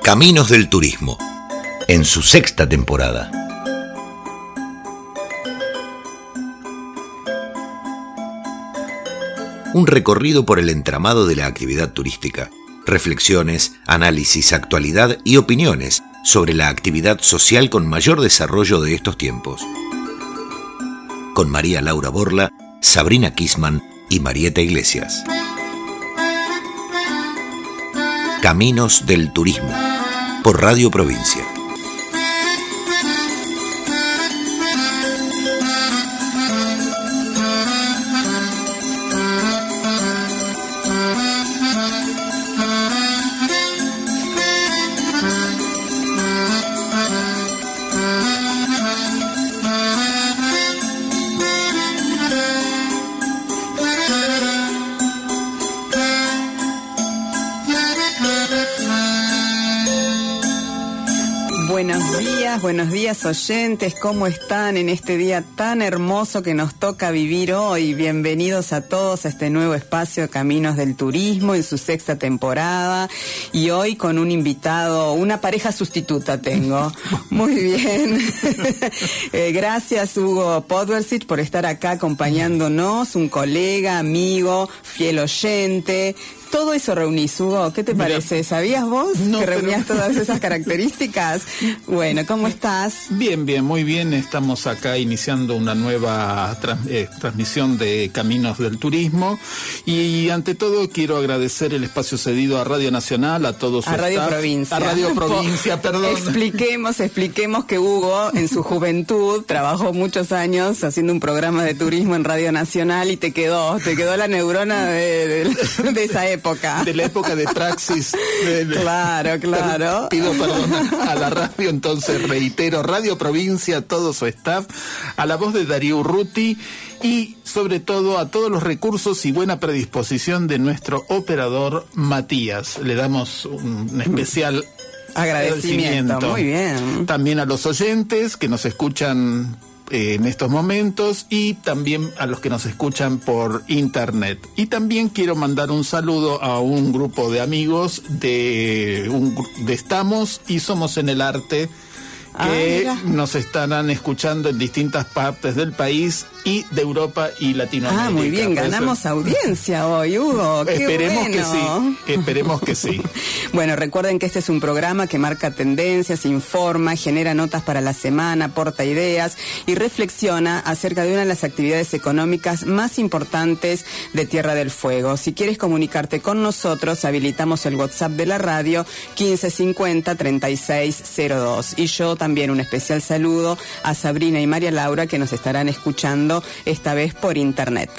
Caminos del Turismo, en su sexta temporada. Un recorrido por el entramado de la actividad turística, reflexiones, análisis, actualidad y opiniones sobre la actividad social con mayor desarrollo de estos tiempos. Con María Laura Borla, Sabrina Kisman y Marieta Iglesias. Caminos del Turismo, por Radio Provincia. Buenos días oyentes, ¿cómo están en este día tan hermoso que nos toca vivir hoy? Bienvenidos a todos a este nuevo espacio Caminos del Turismo en su sexta temporada y hoy con un invitado, una pareja sustituta tengo. Muy bien. Gracias Hugo Podversic por estar acá acompañándonos, un colega, amigo, fiel oyente. Todo eso reunís, Hugo, ¿qué te parece? ¿Sabías vos que reunías todas esas características? Bueno, ¿cómo estás? Bien, muy bien. Estamos acá iniciando una nueva transmisión de Caminos del Turismo y ante todo quiero agradecer el espacio cedido a Radio Nacional, a todos su Radio staff. Provincia. A Radio Provincia, perdón. Expliquemos que Hugo en su juventud trabajó muchos años haciendo un programa de turismo en Radio Nacional y te quedó la neurona de esa época. De la época de Praxis. Claro. Pido perdón a la radio, entonces reitero, Radio Provincia, todo su staff, a la voz de Darío Urruti y sobre todo a todos los recursos y buena predisposición de nuestro operador Matías. Le damos un especial agradecimiento. Muy bien. También a los oyentes que nos escuchan en estos momentos y también a los que nos escuchan por internet. Y también quiero mandar un saludo a un grupo de amigos de Estamos y Somos en el Arte que nos estarán escuchando en distintas partes del país y de Europa y Latinoamérica. Muy bien, ganamos audiencia hoy, Hugo. Qué Esperemos que sí. Bueno, recuerden que este es un programa que marca tendencias, informa, genera notas para la semana, aporta ideas y reflexiona acerca de una de las actividades económicas más importantes de Tierra del Fuego. Si quieres comunicarte con nosotros, habilitamos el WhatsApp de la radio 1550-3602. Y yo también un especial saludo a Sabrina y María Laura que nos estarán escuchando esta vez por internet.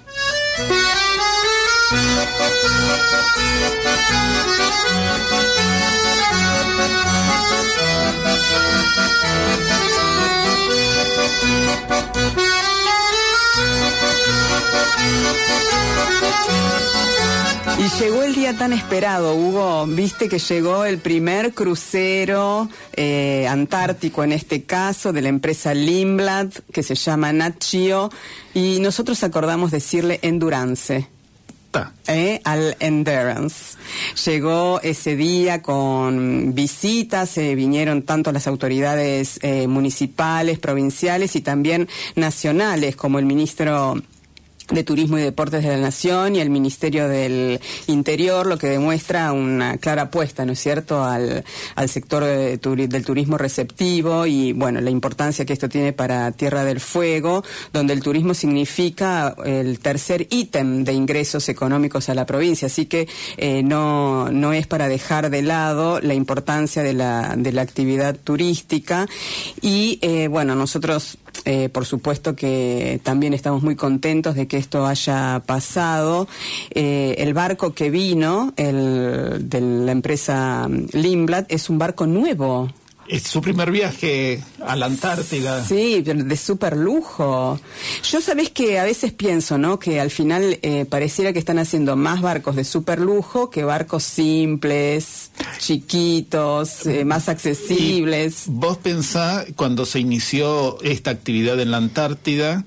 Y llegó el día tan esperado, Hugo. Viste que llegó el primer crucero antártico, en este caso, de la empresa Lindblad, que se llama Nat Geo, y nosotros acordamos decirle Endurance. Al Endurance. Llegó ese día con visitas, vinieron tanto las autoridades municipales, provinciales y también nacionales, como el ministro de Turismo y Deportes de la Nación y el Ministerio del Interior, lo que demuestra una clara apuesta, ¿no es cierto?, al sector del turismo receptivo y, bueno, la importancia que esto tiene para Tierra del Fuego, donde el turismo significa el tercer ítem de ingresos económicos a la provincia, así que no es para dejar de lado la importancia de la actividad turística y, bueno, nosotros por supuesto que también estamos muy contentos de que esto haya pasado. El barco que vino, de la empresa Lindblad, es un barco nuevo. Es su primer viaje a la Antártida. Sí, de súper lujo. Yo sabés que a veces pienso, ¿no?, que al final pareciera que están haciendo más barcos de súper lujo que barcos simples, chiquitos, más accesibles. Y vos pensá, cuando se inició esta actividad en la Antártida,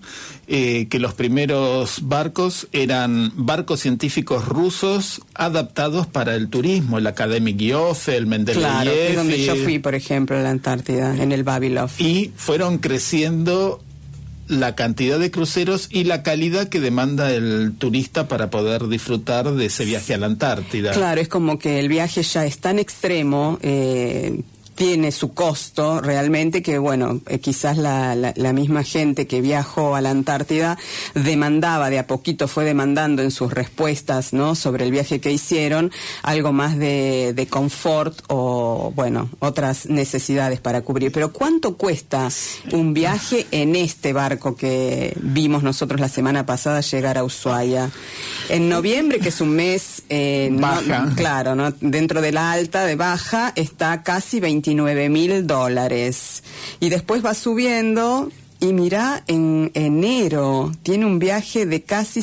que los primeros barcos eran barcos científicos rusos adaptados para el turismo, el Akademik Yofe, el Mendeleev. Claro, que es donde yo fui, por ejemplo, en la Antártida, en el Vavilov. Y fueron creciendo la cantidad de cruceros y la calidad que demanda el turista para poder disfrutar de ese viaje a la Antártida. Claro, es como que el viaje ya es tan extremo, tiene su costo realmente, que bueno, quizás la misma gente que viajó a la Antártida demandaba, de a poquito fue demandando en sus respuestas, ¿no?, sobre el viaje que hicieron, algo más de confort o, bueno, otras necesidades para cubrir. Pero ¿cuánto cuesta un viaje en este barco que vimos nosotros la semana pasada llegar a Ushuaia? En noviembre, que es un mes baja. No, claro, ¿no?, dentro de la alta, de baja, está casi $29,000. Y después va subiendo, y mirá, en enero tiene un viaje de casi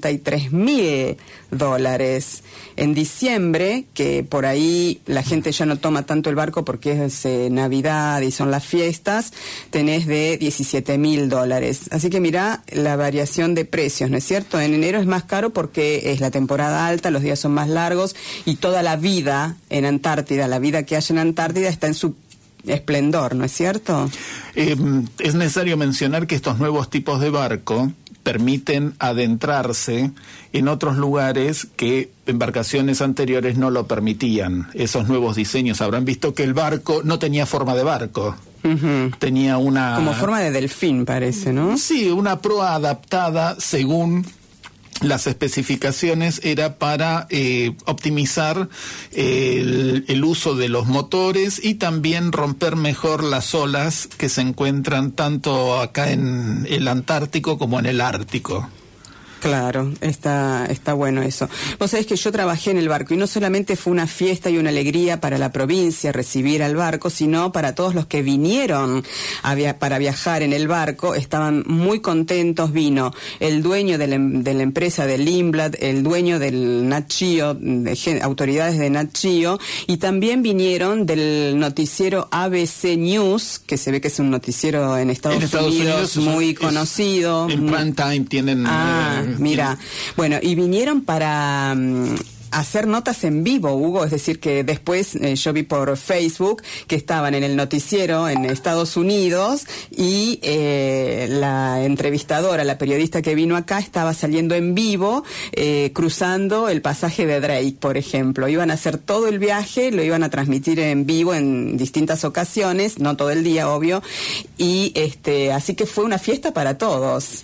$53,000. En diciembre, que por ahí la gente ya no toma tanto el barco porque es Navidad y son las fiestas, tenés de $17,000. Así que mirá la variación de precios, ¿no es cierto? En enero es más caro porque es la temporada alta, los días son más largos y toda la vida en Antártida, la vida que hay en Antártida está en su esplendor, ¿no es cierto? Es necesario mencionar que estos nuevos tipos de barco permiten adentrarse en otros lugares que embarcaciones anteriores no lo permitían. Esos nuevos diseños, habrán visto que el barco no tenía forma de barco. Uh-huh. Tenía una... Como forma de delfín, parece, ¿no? Sí, una proa adaptada según las especificaciones, era para optimizar el uso de los motores y también romper mejor las olas que se encuentran tanto acá en el Antártico como en el Ártico. Claro, está bueno eso. Vos sabés que yo trabajé en el barco y no solamente fue una fiesta y una alegría para la provincia recibir al barco, sino para todos los que vinieron para viajar en el barco, estaban muy contentos. Vino el dueño de la empresa de Lindblad, el dueño del Nat Geo, autoridades de Nat Geo, y también vinieron del noticiero ABC News, que se ve que es un noticiero en Estados Unidos muy conocido. En prime time tienen... Mira, bueno, y vinieron para hacer notas en vivo, Hugo, es decir, que después yo vi por Facebook que estaban en el noticiero en Estados Unidos y la entrevistadora, la periodista que vino acá, estaba saliendo en vivo, cruzando el pasaje de Drake, por ejemplo. Iban a hacer todo el viaje, lo iban a transmitir en vivo en distintas ocasiones, no todo el día, obvio, y así que fue una fiesta para todos.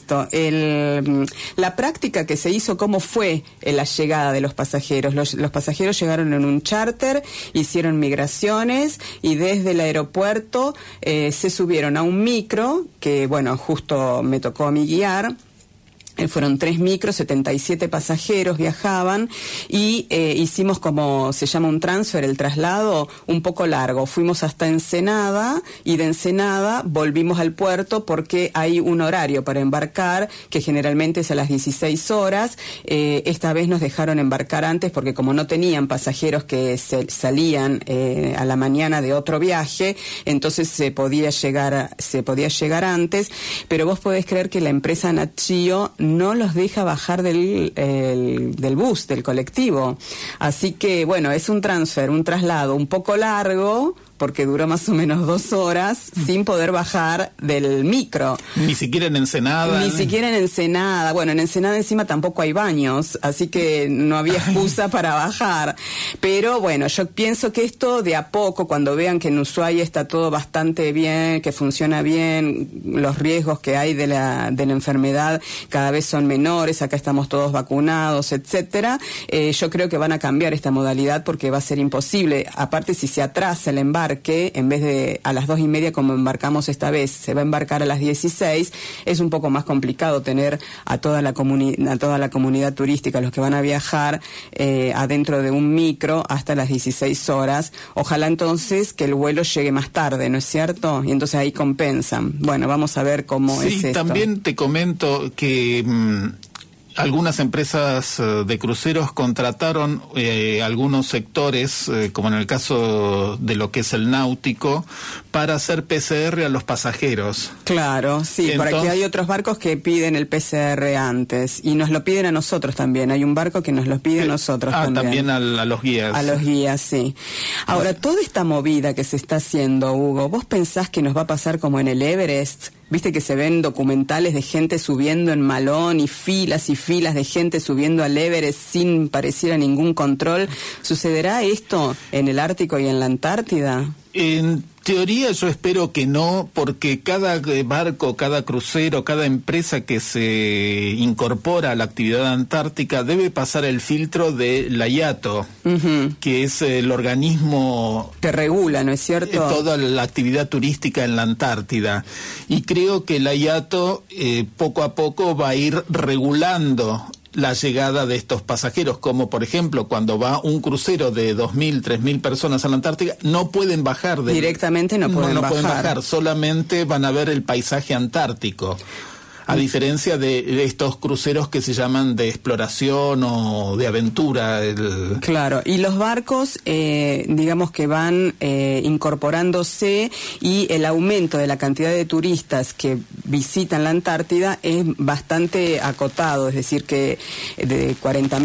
La práctica que se hizo, ¿cómo fue la llegada de los pasajeros? Los pasajeros llegaron en un charter, hicieron migraciones y desde el aeropuerto se subieron a un micro que, bueno, justo me tocó a mí guiar. Fueron 3 micros, 77 pasajeros viajaban y hicimos, como se llama, un transfer, el traslado un poco largo. Fuimos hasta Ensenada y de Ensenada volvimos al puerto porque hay un horario para embarcar que generalmente es a las 16 horas. Esta vez nos dejaron embarcar antes porque como no tenían pasajeros que salían a la mañana de otro viaje, entonces se podía llegar antes, pero vos podés creer que la empresa Nat Geo no los deja bajar del bus, del colectivo. Así que, bueno, es un traslado un poco largo, porque duró más o menos 2 horas, sin poder bajar del micro. Ni siquiera en Ensenada. Ni siquiera en Ensenada. Bueno, en Ensenada encima tampoco hay baños, así que no había excusa para bajar. Pero bueno, yo pienso que esto de a poco, cuando vean que en Ushuaia está todo bastante bien, que funciona bien, los riesgos que hay de la enfermedad cada vez son menores, acá estamos todos vacunados, etcétera, yo creo que van a cambiar esta modalidad porque va a ser imposible. Aparte, si se atrasa el embarque, en vez de a las 2:30 como embarcamos esta vez, se va a embarcar a las 16, es un poco más complicado tener a toda la comunidad turística, los que van a viajar adentro de un micro hasta las 16 horas. Ojalá entonces que el vuelo llegue más tarde, ¿no es cierto? Y entonces ahí compensan. Bueno, vamos a ver cómo es esto. Sí, también te comento que algunas empresas de cruceros contrataron algunos sectores, como en el caso de lo que es el náutico, para hacer PCR a los pasajeros. Claro, sí, por aquí hay otros barcos que piden el PCR antes, y nos lo piden a nosotros también. Hay un barco que nos lo pide a nosotros también. También a los guías. A los guías, sí. Ahora, toda esta movida que se está haciendo, Hugo, ¿vos pensás que nos va a pasar como en el Everest? Viste que se ven documentales de gente subiendo en malón y filas de gente subiendo al Everest sin pareciera ningún control. ¿Sucederá esto en el Ártico y en la Antártida? En teoría yo espero que no, porque cada barco, cada crucero, cada empresa que se incorpora a la actividad antártica debe pasar el filtro de la IATO, que es el organismo que regula, ¿no es cierto?, toda la actividad turística en la Antártida. Y creo que la IATO poco a poco va a ir regulando la llegada de estos pasajeros, como por ejemplo cuando va un crucero de 2.000, 3.000 personas a la Antártica, no pueden bajar directamente, no pueden bajar, solamente van a ver el paisaje antártico. A diferencia de estos cruceros que se llaman de exploración o de aventura. Claro, y los barcos, digamos que van incorporándose, y el aumento de la cantidad de turistas que visitan la Antártida es bastante acotado, es decir, que de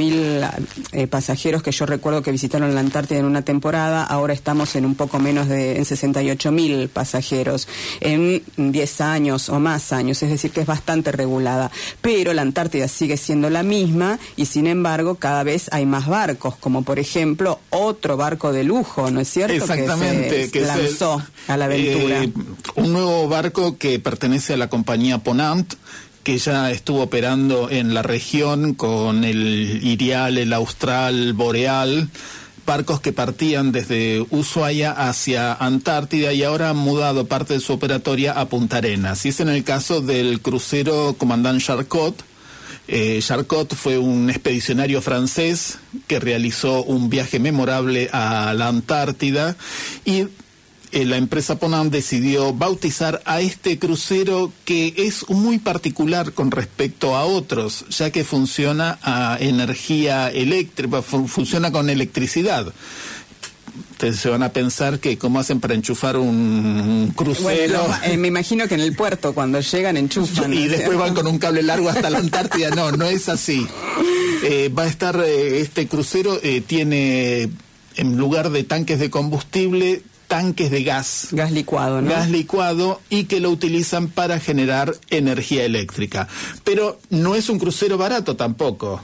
40.000 pasajeros que yo recuerdo que visitaron la Antártida en una temporada, ahora estamos en un poco menos en 68.000 pasajeros en 10 años o más años, es decir, que es bastante regulada, pero la Antártida sigue siendo la misma, y sin embargo cada vez hay más barcos, como por ejemplo otro barco de lujo, ¿no es cierto? Exactamente, que se lanzó a la aventura. Un nuevo barco que pertenece a la compañía Ponant, que ya estuvo operando en la región con el Irial, el Austral, Boreal, barcos que partían desde Ushuaia hacia Antártida y ahora han mudado parte de su operatoria a Punta Arenas. Y es en el caso del crucero Commandant Charcot. Charcot fue un expedicionario francés que realizó un viaje memorable a la Antártida, y la empresa Ponant decidió bautizar a este crucero, que es muy particular con respecto a otros, ya que funciona a energía eléctrica, funciona con electricidad. Ustedes se van a pensar que cómo hacen para enchufar un crucero. Bueno, me imagino que en el puerto cuando llegan enchufan. Y después van con un cable largo hasta la Antártida. No es así. Va a estar, este crucero tiene, en lugar de tanques de combustible, tanques de gas. Gas licuado, ¿no? Gas licuado, y que lo utilizan para generar energía eléctrica. Pero no es un crucero barato tampoco.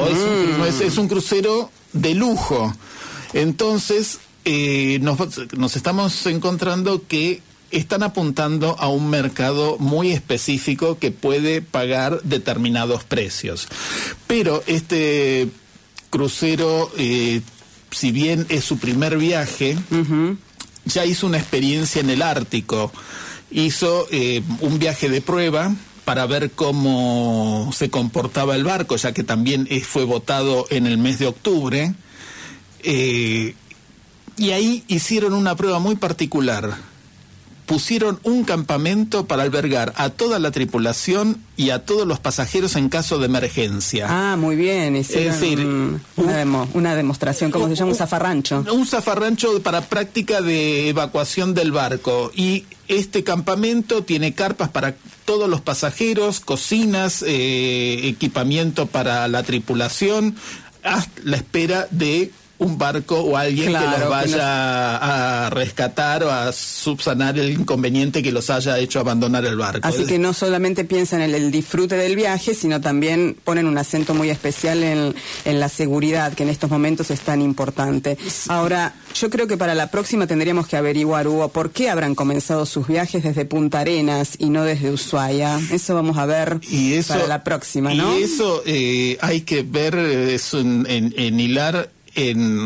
Es un crucero de lujo. Entonces, nos estamos encontrando que están apuntando a un mercado muy específico que puede pagar determinados precios. Pero este crucero, si bien es su primer viaje, ya hizo una experiencia en el Ártico. Hizo un viaje de prueba para ver cómo se comportaba el barco, ya que también fue votado en el mes de octubre. Y ahí hicieron una prueba muy particular. Pusieron un campamento para albergar a toda la tripulación y a todos los pasajeros en caso de emergencia. Ah, muy bien. Es decir, una demostración, ¿cómo se llama? Un zafarrancho. Un zafarrancho para práctica de evacuación del barco. Y este campamento tiene carpas para todos los pasajeros, cocinas, equipamiento para la tripulación, a la espera de un barco o alguien que los vaya a rescatar o a subsanar el inconveniente que los haya hecho abandonar el barco. Así que no solamente piensan en el disfrute del viaje, sino también ponen un acento muy especial en la seguridad, que en estos momentos es tan importante. Ahora, yo creo que para la próxima tendríamos que averiguar, Hugo, por qué habrán comenzado sus viajes desde Punta Arenas y no desde Ushuaia. Eso vamos a ver para la próxima, ¿no? Y eso hay que ver, en hilar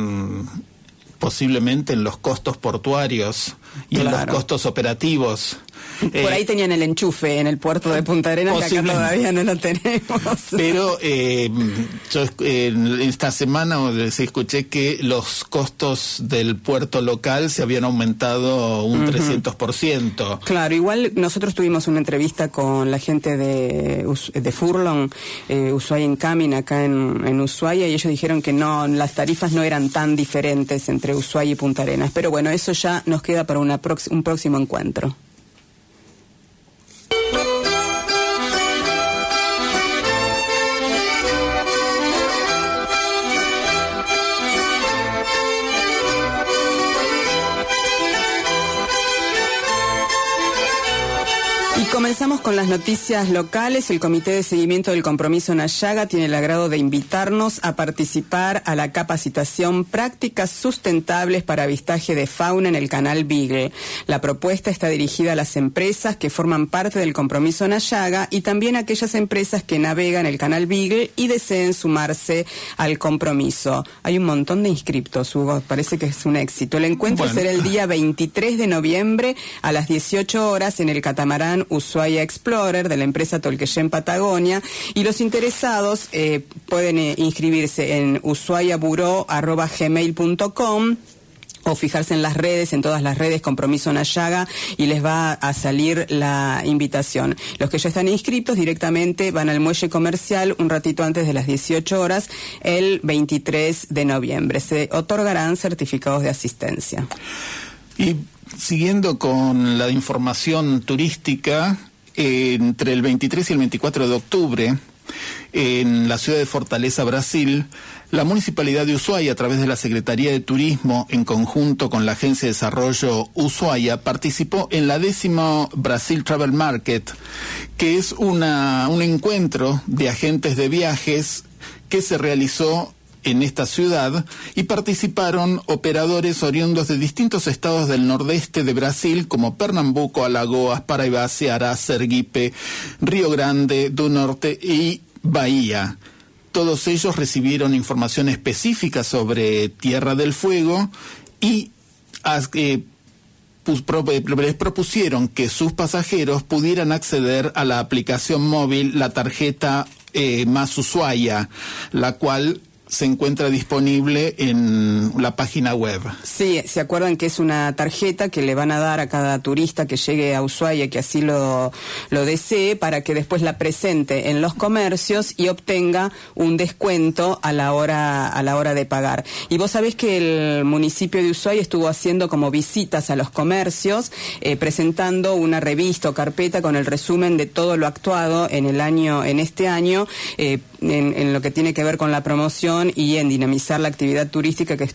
posiblemente en los costos portuarios y en los costos operativos. Por ahí tenían el enchufe en el puerto de Punta Arenas, que acá todavía no lo tenemos. Pero yo esta semana escuché que los costos del puerto local se habían aumentado un 300%. Claro, igual nosotros tuvimos una entrevista con la gente de Furlong, Ushuaia Incoming, acá en Ushuaia, y ellos dijeron que no, las tarifas no eran tan diferentes entre Ushuaia y Punta Arenas. Pero bueno, eso ya nos queda para un próximo encuentro. Comenzamos con las noticias locales. El Comité de Seguimiento del Compromiso Nayaga tiene el agrado de invitarnos a participar a la capacitación Prácticas Sustentables para Avistaje de Fauna en el Canal Beagle. La propuesta está dirigida a las empresas que forman parte del Compromiso Nayaga y también a aquellas empresas que navegan el Canal Beagle y deseen sumarse al compromiso. Hay un montón de inscriptos, Hugo, parece que es un éxito. El encuentro será el día 23 de noviembre a las 18 horas en el catamarán Ushuaia Explorer de la empresa Tolqueyen Patagonia, y los interesados pueden inscribirse en ushuaiaburó@gmail.com o fijarse en las redes, en todas las redes Compromiso Nayaga, y les va a salir la invitación. Los que ya están inscritos directamente van al muelle comercial un ratito antes de las 18 horas el 23 de noviembre. Se otorgarán certificados de asistencia. Y siguiendo con la información turística, entre el 23 y el 24 de octubre, en la ciudad de Fortaleza, Brasil, la Municipalidad de Ushuaia, a través de la Secretaría de Turismo, en conjunto con la Agencia de Desarrollo Ushuaia, participó en la 10º Brasil Travel Market, que es un encuentro de agentes de viajes que se realizó en esta ciudad, y participaron operadores oriundos de distintos estados del nordeste de Brasil, como Pernambuco, Alagoas, Paraíba, Ceará, Sergipe, Río Grande do Norte y Bahía. Todos ellos recibieron información específica sobre Tierra del Fuego y les propusieron que sus pasajeros pudieran acceder a la aplicación móvil, la tarjeta Más Ushuaia, la cual se encuentra disponible en la página web. Sí, se acuerdan que es una tarjeta que le van a dar a cada turista que llegue a Ushuaia, que así lo desee, para que después la presente en los comercios y obtenga un descuento a la hora de pagar. Y vos sabés que el municipio de Ushuaia estuvo haciendo como visitas a los comercios, presentando una revista o carpeta con el resumen de todo lo actuado en este año, en lo que tiene que ver con la promoción y en dinamizar la actividad turística que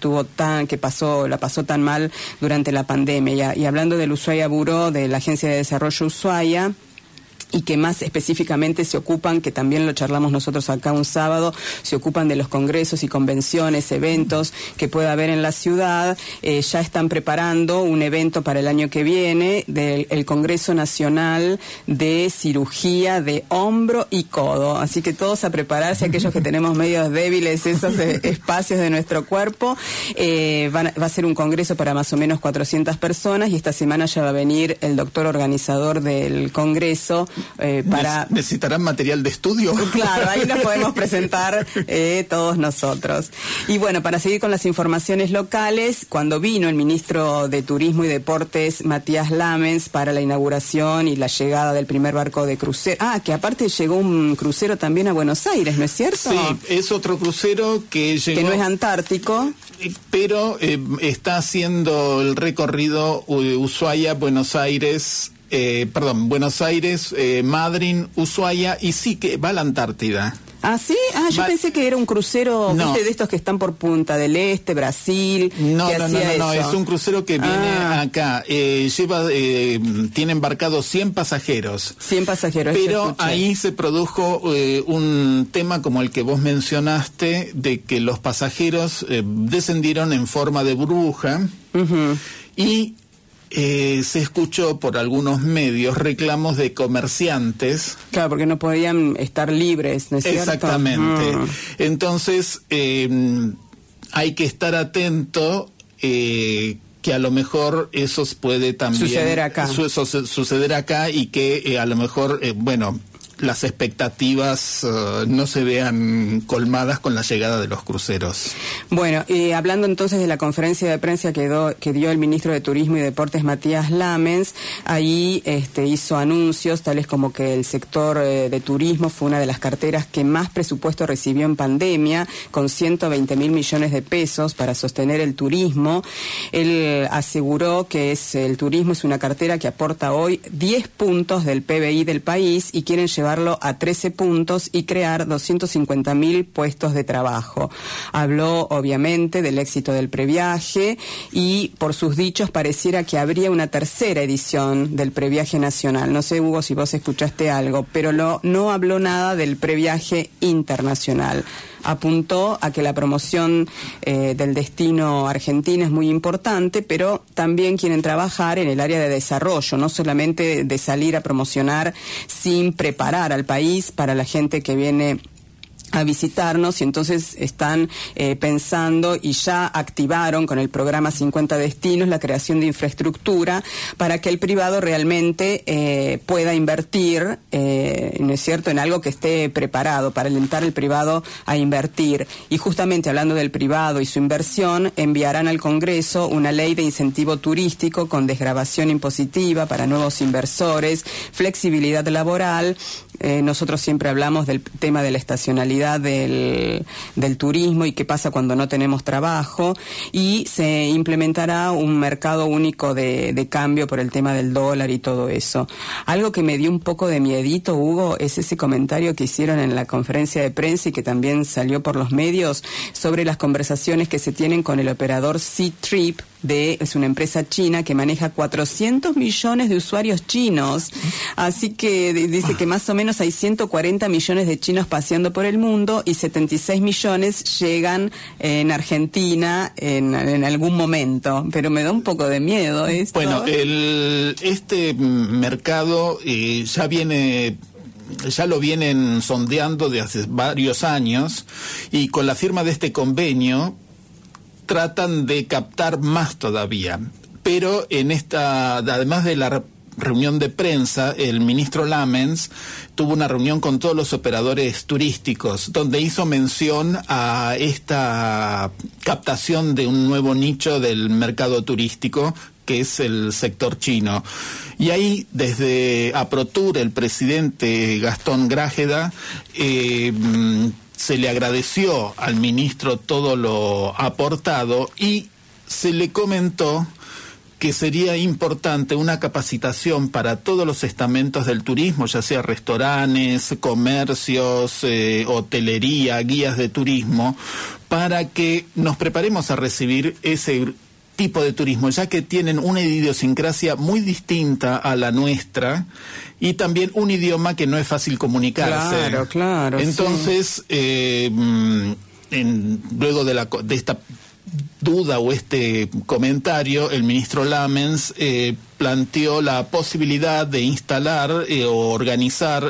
la pasó tan mal durante la pandemia. Y hablando del Ushuaia Buró, de la Agencia de Desarrollo Ushuaia, y que más específicamente se ocupan, que también lo charlamos nosotros acá un sábado, se ocupan de los congresos y convenciones, eventos que pueda haber en la ciudad. Ya están preparando un evento para el año que viene del Congreso Nacional de Cirugía de Hombro y Codo. Así que todos a prepararse, aquellos que tenemos medios débiles esos espacios de nuestro cuerpo. Va a ser un congreso para más o menos 400 personas, y esta semana ya va a venir el doctor organizador del congreso. ¿Necesitarán material de estudio? Claro, ahí nos podemos presentar todos nosotros. Y bueno, para seguir con las informaciones locales, cuando vino el ministro de Turismo y Deportes, Matías Lamens, para la inauguración y la llegada del primer barco de crucero, que aparte llegó un crucero también a Buenos Aires, ¿no es cierto? Sí, es otro crucero que llegó, que no es antártico, pero está haciendo el recorrido Ushuaia-Buenos Aires, Buenos Aires, Madryn, Ushuaia, y sí que va a la Antártida. ¿Ah, sí? Yo pensé que era un crucero, no, ¿viste? De estos que están por Punta del Este, Brasil. No, es un crucero que viene acá. Tiene embarcados 100 pasajeros. 100 pasajeros. Pero ahí se produjo un tema como el que vos mencionaste, de que los pasajeros descendieron en forma de burbuja, y se escuchó por algunos medios reclamos de comerciantes. Claro, porque no podían estar libres, ¿no es cierto? Exactamente. Entonces, hay que estar atento, que que a lo mejor eso puede también suceder acá, suceder acá y que a lo mejor, las expectativas no se vean colmadas con la llegada de los cruceros. Bueno, hablando entonces de la conferencia de prensa que dio el ministro de Turismo y Deportes, Matías Lamens, ahí hizo anuncios tales como que el sector de turismo fue una de las carteras que más presupuesto recibió en pandemia, con 120.000 millones de pesos para sostener el turismo. Él aseguró que el turismo es una cartera que aporta hoy 10 puntos del PBI del país y quieren llevarlo a 13 puntos y crear 250.000 puestos de trabajo. Habló obviamente del éxito del previaje y por sus dichos pareciera que habría una tercera edición del previaje nacional. No sé, Hugo, si vos escuchaste algo, pero no habló nada del previaje internacional. Apuntó a que la promoción del destino argentino es muy importante, pero también quieren trabajar en el área de desarrollo, no solamente de salir a promocionar sin preparar al país para la gente que viene a visitarnos, y entonces están pensando y ya activaron con el programa 50 Destinos la creación de infraestructura para que el privado realmente pueda invertir, ¿no es cierto?, en algo que esté preparado, para alentar al privado a invertir. Y justamente hablando del privado y su inversión, enviarán al Congreso una ley de incentivo turístico con desgravación impositiva para nuevos inversores, flexibilidad laboral. Nosotros siempre hablamos del tema de la estacionalidad del turismo y qué pasa cuando no tenemos trabajo, y se implementará un mercado único de cambio por el tema del dólar y todo eso. Algo que me dio un poco de miedito, Hugo, es ese comentario que hicieron en la conferencia de prensa y que también salió por los medios sobre las conversaciones que se tienen con el operador Ctrip. Es una empresa china que maneja 400 millones de usuarios chinos, así que dice que más o menos hay 140 millones de chinos paseando por el mundo y 76 millones llegan en Argentina en algún momento, pero me da un poco de miedo esto. Bueno, este mercado ya lo vienen sondeando de hace varios años, y con la firma de este convenio tratan de captar más todavía. Pero además de la reunión de prensa, el ministro Lamens tuvo una reunión con todos los operadores turísticos, donde hizo mención a esta captación de un nuevo nicho del mercado turístico, que es el sector chino. Y ahí, desde Aprotur, el presidente Gastón Grajeda se le agradeció al ministro todo lo aportado y se le comentó que sería importante una capacitación para todos los estamentos del turismo, ya sea restaurantes, comercios, hotelería, guías de turismo, para que nos preparemos a recibir ese tipo de turismo, ya que tienen una idiosincrasia muy distinta a la nuestra y también un idioma que no es fácil comunicarse. Claro. Entonces, sí. Luego de esta duda o este comentario, el ministro Lamens planteó la posibilidad de instalar o organizar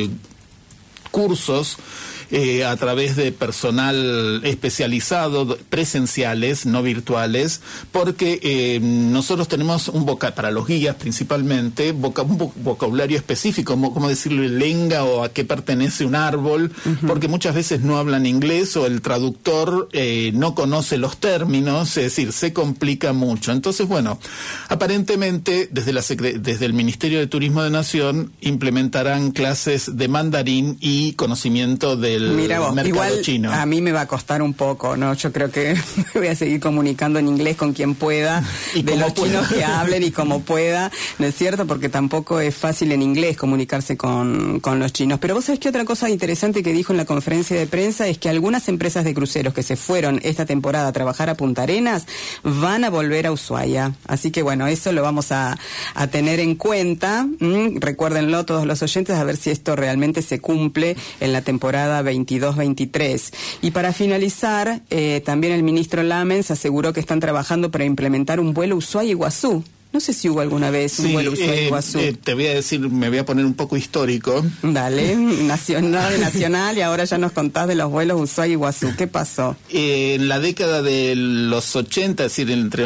cursos a través de personal especializado, presenciales, no virtuales, porque nosotros tenemos para los guías principalmente, un vocabulario específico, como decirle lenga o a qué pertenece un árbol, porque muchas veces no hablan inglés o el traductor no conoce los términos, es decir, se complica mucho. Entonces, bueno, aparentemente desde el Ministerio de Turismo de Nación implementarán clases de mandarín y conocimiento del mercado igual chino. A mí me va a costar un poco, ¿no? Yo creo que me voy a seguir comunicando en inglés con quien pueda, de los chinos que hablen y como pueda, ¿no es cierto? Porque tampoco es fácil en inglés comunicarse con los chinos. Pero vos sabés que otra cosa interesante que dijo en la conferencia de prensa es que algunas empresas de cruceros que se fueron esta temporada a trabajar a Punta Arenas van a volver a Ushuaia. Así que bueno, eso lo vamos a tener en cuenta. Recuérdenlo todos los oyentes, a ver si esto realmente se cumple en la temporada 22-23. Y para finalizar, también el ministro Lamens aseguró que están trabajando para implementar un vuelo Ushuaia-Iguazú. No sé si hubo alguna vez un vuelo Ushuaia-Iguazú. Te voy a decir, me voy a poner un poco histórico. Dale, nacional, y ahora ya nos contás de los vuelos Ushuaia-Iguazú. ¿Qué pasó? En la década de los 80, es decir, entre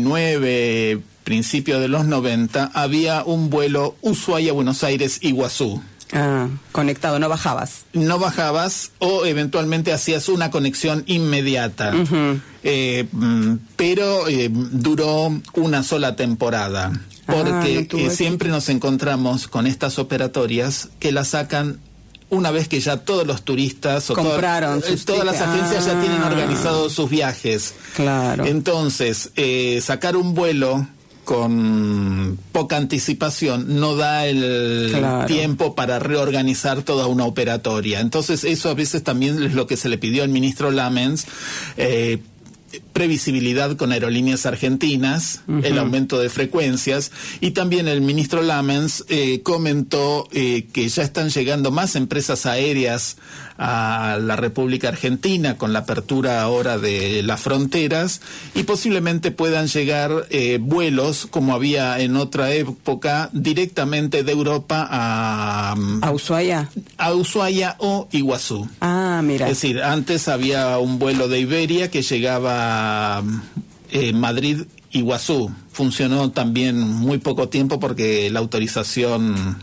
89 principios de los 90, había un vuelo Ushuaia-Buenos Aires-Iguazú. Conectado, no bajabas. No bajabas o eventualmente hacías una conexión inmediata. Uh-huh. Pero duró una sola temporada. Porque siempre nos encontramos con estas operatorias que las sacan una vez que ya todos los turistas o compraron todas las agencias ya tienen organizados sus viajes. Claro. Entonces, sacar un vuelo con poca anticipación no da el tiempo para reorganizar toda una operatoria. Entonces eso a veces también es lo que se le pidió al ministro Lamens, previsibilidad con Aerolíneas Argentinas, uh-huh. El aumento de frecuencias, y también el ministro Lamens comentó que ya están llegando más empresas aéreas a la República Argentina con la apertura ahora de las fronteras, y posiblemente puedan llegar vuelos, como había en otra época, directamente de Europa a Ushuaia. A Ushuaia o Iguazú. Mira. Es decir, antes había un vuelo de Iberia que llegaba a Madrid-Iguazú. Funcionó también muy poco tiempo porque la autorización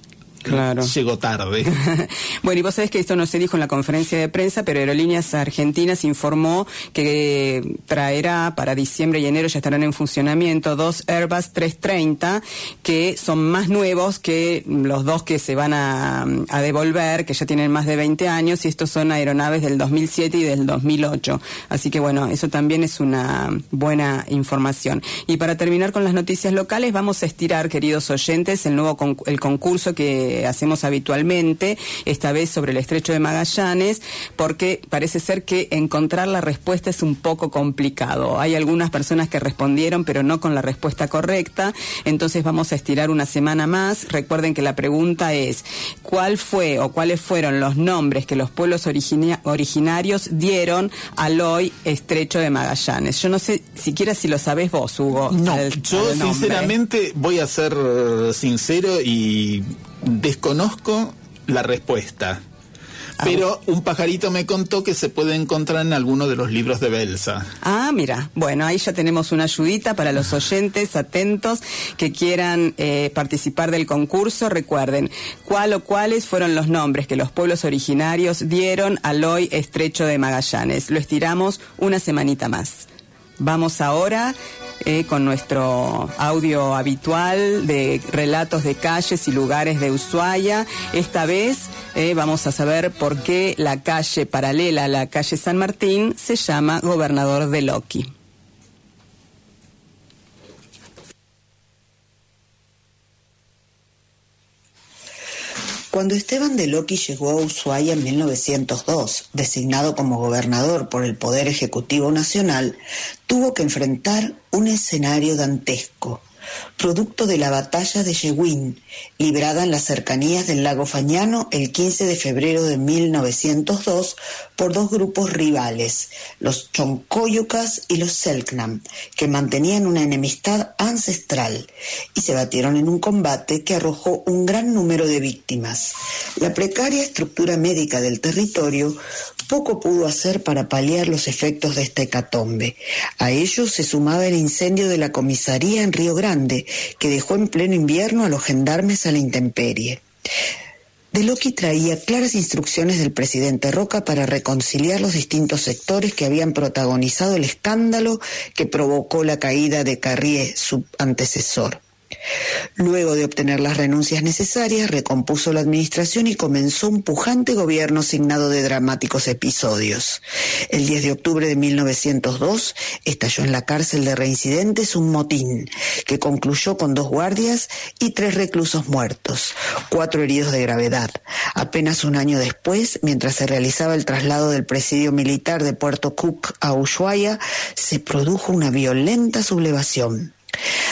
llegó tarde. Bueno, y vos sabés que esto no se dijo en la conferencia de prensa, pero Aerolíneas Argentinas informó que traerá para diciembre y enero, ya estarán en funcionamiento, 2 Airbus 330 que son más nuevos que los 2 que se van a devolver, que ya tienen más de 20 años, y estos son aeronaves del 2007 y del 2008. Así que bueno, eso también es una buena información. Y para terminar con las noticias locales, vamos a estirar, queridos oyentes, el concurso que hacemos habitualmente, esta vez sobre el Estrecho de Magallanes, porque parece ser que encontrar la respuesta es un poco complicado. Hay algunas personas que respondieron, pero no con la respuesta correcta, entonces vamos a estirar una semana más. Recuerden que la pregunta es, ¿cuál fue o cuáles fueron los nombres que los pueblos originarios dieron al hoy Estrecho de Magallanes? Yo no sé siquiera si lo sabés vos, Hugo. No, yo sinceramente voy a ser sincero y desconozco la respuesta, pero un pajarito me contó que se puede encontrar en alguno de los libros de Belsa. Mira, bueno, ahí ya tenemos una ayudita para los oyentes atentos que quieran participar del concurso. Recuerden, ¿cuál o cuáles fueron los nombres que los pueblos originarios dieron al hoy Estrecho de Magallanes? Lo estiramos una semanita más. Vamos ahora con nuestro audio habitual de relatos de calles y lugares de Ushuaia. Esta vez vamos a saber por qué la calle paralela a la calle San Martín se llama Gobernador de Loqui. Cuando Esteban de Loqui llegó a Ushuaia en 1902, designado como gobernador por el Poder Ejecutivo Nacional, tuvo que enfrentar un escenario dantesco, producto de la batalla de Yehuín, librada en las cercanías del lago Fañano el 15 de febrero de 1902 por 2 grupos rivales, los Choncoyucas y los Selknam, que mantenían una enemistad ancestral y se batieron en un combate que arrojó un gran número de víctimas. La precaria estructura médica del territorio poco pudo hacer para paliar los efectos de esta hecatombe. A ello se sumaba el incendio de la comisaría en Río Grande, que dejó en pleno invierno a los gendarmes a la intemperie. De Loqui traía claras instrucciones del presidente Roca para reconciliar los distintos sectores que habían protagonizado el escándalo que provocó la caída de Carrié, su antecesor. Luego de obtener las renuncias necesarias, recompuso la administración y comenzó un pujante gobierno signado de dramáticos episodios. El 10 de octubre de 1902 estalló en la cárcel de reincidentes un motín que concluyó con 2 guardias y 3 reclusos muertos, 4 heridos de gravedad. Apenas un año después, mientras se realizaba el traslado del presidio militar de Puerto Cook a Ushuaia, se produjo una violenta sublevación.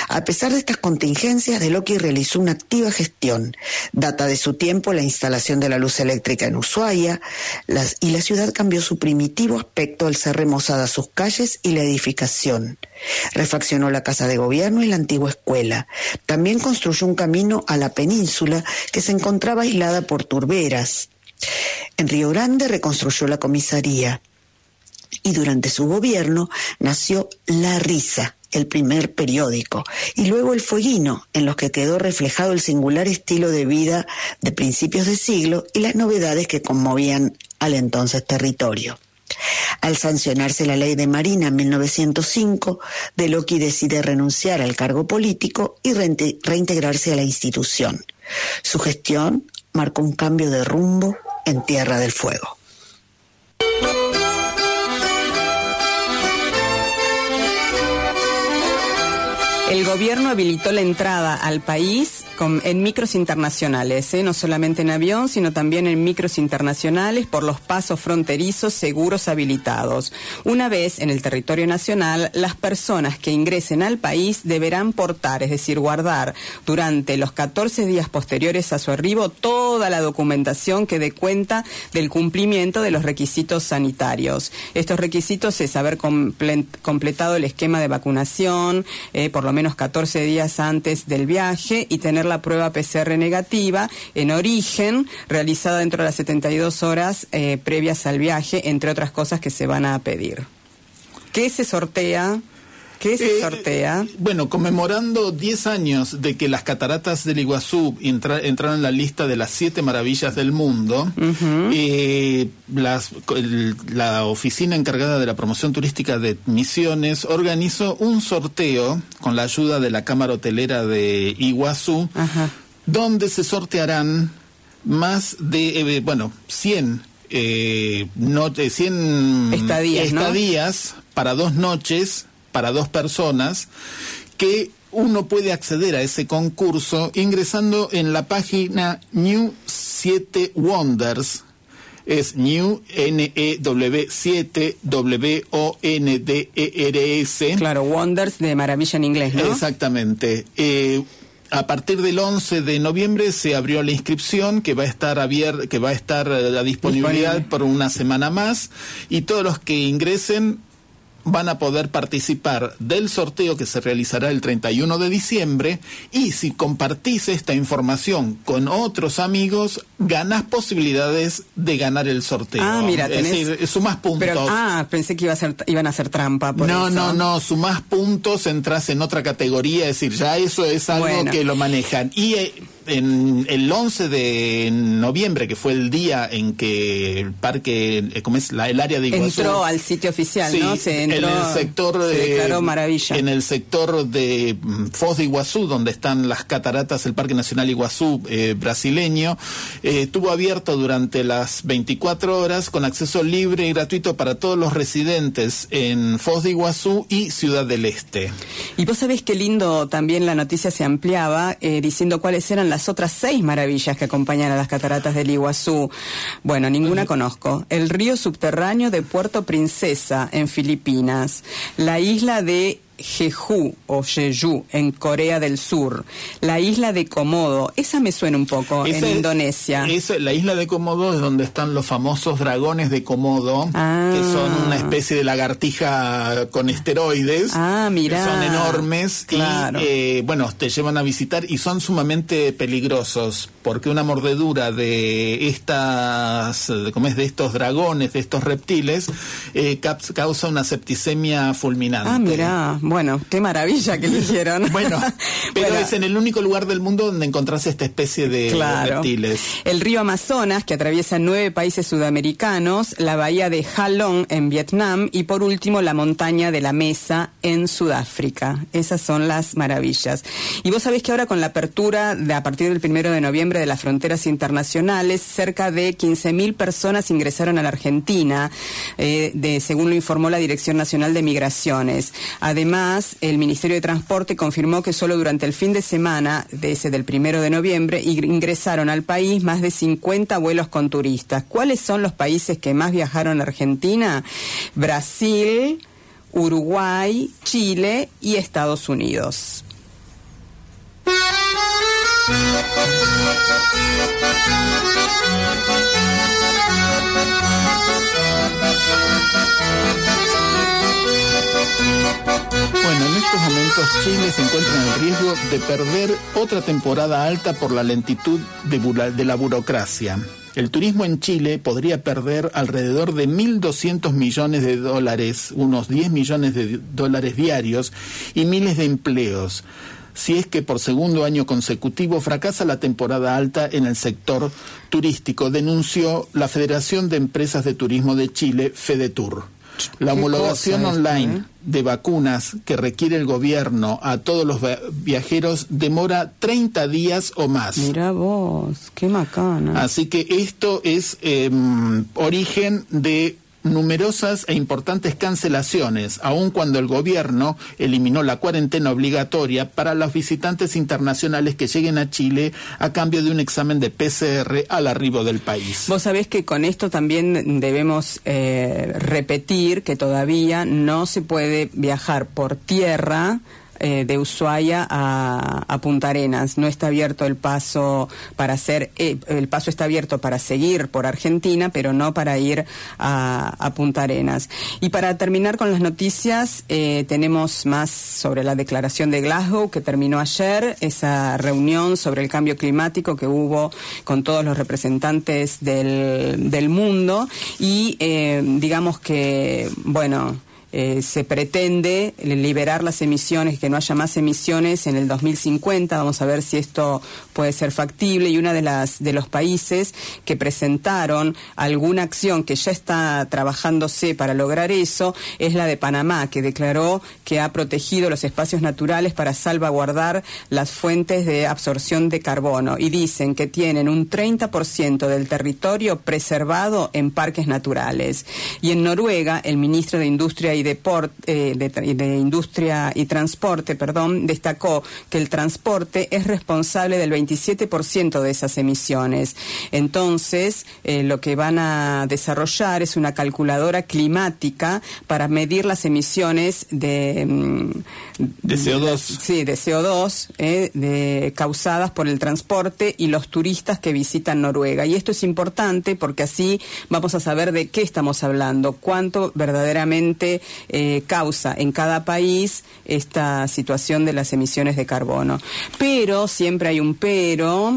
A pesar de estas contingencias, De Loki realizó una activa gestión. Data de su tiempo la instalación de la luz eléctrica en Ushuaia, y la ciudad cambió su primitivo aspecto al ser remozadas sus calles y la edificación. Refaccionó la casa de gobierno y la antigua escuela. También construyó un camino a la península que se encontraba aislada por turberas. En Río Grande reconstruyó la comisaría. Y durante su gobierno nació La Risa, el primer periódico, y luego El Fueguino, en los que quedó reflejado el singular estilo de vida de principios de siglo y las novedades que conmovían al entonces territorio. Al sancionarse la ley de Marina en 1905, De Loki decide renunciar al cargo político y reintegrarse a la institución. Su gestión marcó un cambio de rumbo en Tierra del Fuego. El gobierno habilitó la entrada al país en micros internacionales, no solamente en avión, sino también en micros internacionales por los pasos fronterizos seguros habilitados. Una vez en el territorio nacional, las personas que ingresen al país deberán portar, es decir, guardar durante los 14 días posteriores a su arribo toda la documentación que dé cuenta del cumplimiento de los requisitos sanitarios. Estos requisitos es haber completado el esquema de vacunación, por lo menos 14 días antes del viaje, y tener la prueba PCR negativa en origen realizada dentro de las 72 horas previas al viaje, entre otras cosas que se van a pedir. ¿Qué se sortea? Bueno, conmemorando 10 años de que las cataratas del Iguazú entraron en la lista de las 7 maravillas del mundo, la oficina encargada de la promoción turística de Misiones organizó un sorteo con la ayuda de la Cámara Hotelera de Iguazú, donde se sortearán más de 100 estadías para 2 noches para 2 personas, que uno puede acceder a ese concurso ingresando en la página New 7 Wonders. Es New, N-E-W 7 W-O-N-D-E-R-S. Claro, Wonders de maravilla en inglés, ¿no? Exactamente. A partir del 11 de noviembre se abrió la inscripción, que va a estar a disponibilidad por una semana más, y todos los que ingresen van a poder participar del sorteo que se realizará el 31 de diciembre, y si compartís esta información con otros amigos, ganás posibilidades de ganar el sorteo. Ah, mira, es decir, sumás puntos. Pensé que iban a hacer trampa por eso. No, sumás puntos, entras en otra categoría, es decir, ya eso es algo que lo manejan. Y en el 11 de noviembre, que fue el día en que el parque, el área de Iguazú entró al sitio oficial, ¿no? En el sector se declaró maravilla. En el sector de Foz de Iguazú, donde están las cataratas, el Parque Nacional Iguazú brasileño, estuvo abierto durante las 24 horas con acceso libre y gratuito para todos los residentes en Foz de Iguazú y Ciudad del Este. Y vos sabés qué lindo, también la noticia se ampliaba diciendo cuáles eran las otras 6 maravillas que acompañan a las cataratas del Iguazú. Bueno, ninguna conozco. El río subterráneo de Puerto Princesa en Filipinas, la isla de Jeju o Jeju en Corea del Sur, la isla de Komodo, esa me suena un poco, en Indonesia. La isla de Komodo es donde están los famosos dragones de Komodo, que son una especie de lagartija con esteroides, mirá, que son enormes, claro. Y te llevan a visitar y son sumamente peligrosos, porque una mordedura de estos dragones, de estos reptiles, causa una septicemia fulminante. Mirá. Bueno, qué maravilla que eligieron. Pero es en el único lugar del mundo donde encontrás esta especie de reptiles. El río Amazonas, que atraviesa 9 países sudamericanos, la bahía de Ha Long en Vietnam, y por último la montaña de la Mesa en Sudáfrica. Esas son las maravillas. Y vos sabés que ahora, con la apertura a partir del 1 de noviembre de las fronteras internacionales, cerca de 15.000 personas ingresaron a la Argentina, según lo informó la Dirección Nacional de Migraciones. Además, el Ministerio de Transporte confirmó que solo durante el fin de semana del 1 de noviembre ingresaron al país más de 50 vuelos con turistas. ¿Cuáles son los países que más viajaron a Argentina? Brasil, Uruguay, Chile y Estados Unidos. Bueno, en estos momentos Chile se encuentra en el riesgo de perder otra temporada alta por la lentitud de la burocracia. El turismo en Chile podría perder alrededor de 1.200 millones de dólares, unos 10 millones de dólares diarios y miles de empleos, si es que por segundo año consecutivo fracasa la temporada alta en el sector turístico, denunció la Federación de Empresas de Turismo de Chile, FEDETUR. La homologación online de vacunas que requiere el gobierno a todos los viajeros demora 30 días o más. Mirá vos, qué macana. Así que esto es origen de numerosas e importantes cancelaciones, aun cuando el gobierno eliminó la cuarentena obligatoria para los visitantes internacionales que lleguen a Chile a cambio de un examen de PCR al arribo del país. Vos sabés que con esto también debemos repetir que todavía no se puede viajar por tierra de Ushuaia a Punta Arenas. No está abierto el paso para hacer, el paso está abierto para seguir por Argentina, pero no para ir a Punta Arenas. Y para terminar con las noticias, tenemos más sobre la declaración de Glasgow que terminó ayer, esa reunión sobre el cambio climático que hubo con todos los representantes del mundo y digamos que, bueno, se pretende liberar las emisiones, que no haya más emisiones en el 2050. Vamos a ver si esto puede ser factible. Y una de los países que presentaron alguna acción que ya está trabajándose para lograr eso es la de Panamá, que declaró que ha protegido los espacios naturales para salvaguardar las fuentes de absorción de carbono. Y dicen que tienen un 30% del territorio preservado en parques naturales. Y en Noruega, el ministro de Industria y de Industria y Transporte, destacó que el transporte es responsable del 27% de esas emisiones. Entonces, lo que van a desarrollar es una calculadora climática para medir las emisiones de CO2. Sí, de CO2 causadas por el transporte y los turistas que visitan Noruega. Y esto es importante porque así vamos a saber de qué estamos hablando, cuánto verdaderamente causa en cada país esta situación de las emisiones de carbono. Pero, siempre hay un pero,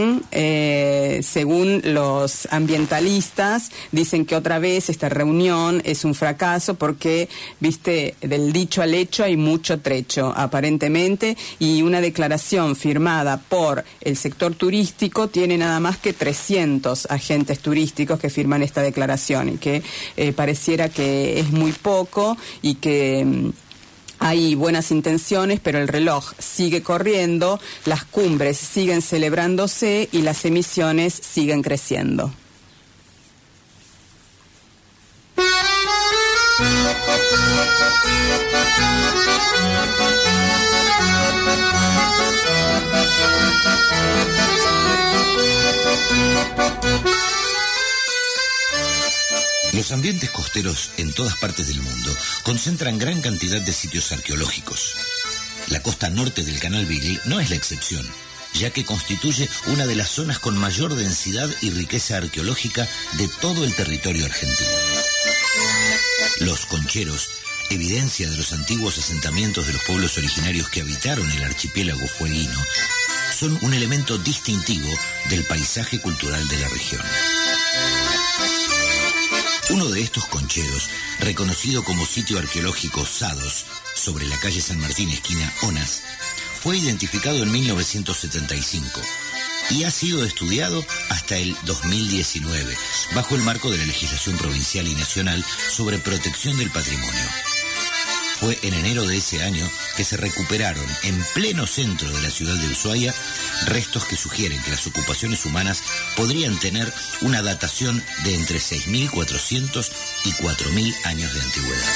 según los ambientalistas, dicen que otra vez esta reunión es un fracaso porque, viste, del dicho al hecho hay mucho trecho, aparentemente, y una declaración firmada por el sector turístico tiene nada más que 300 agentes turísticos que firman esta declaración y que pareciera que es muy poco y que hay buenas intenciones, pero el reloj sigue corriendo, las cumbres siguen celebrándose y las emisiones siguen creciendo. Los ambientes costeros en todas partes del mundo concentran gran cantidad de sitios arqueológicos. La costa norte del Canal Beagle no es la excepción, ya que constituye una de las zonas con mayor densidad y riqueza arqueológica de todo el territorio argentino. Los concheros, evidencia de los antiguos asentamientos de los pueblos originarios que habitaron el archipiélago fueguino, son un elemento distintivo del paisaje cultural de la región. Uno de estos concheros, reconocido como sitio arqueológico Sados, sobre la calle San Martín, esquina Onas, fue identificado en 1975 y ha sido estudiado hasta el 2019, bajo el marco de la legislación provincial y nacional sobre protección del patrimonio. Fue en enero de ese año que se recuperaron en pleno centro de la ciudad de Ushuaia restos que sugieren que las ocupaciones humanas podrían tener una datación de entre 6.400 y 4.000 años de antigüedad.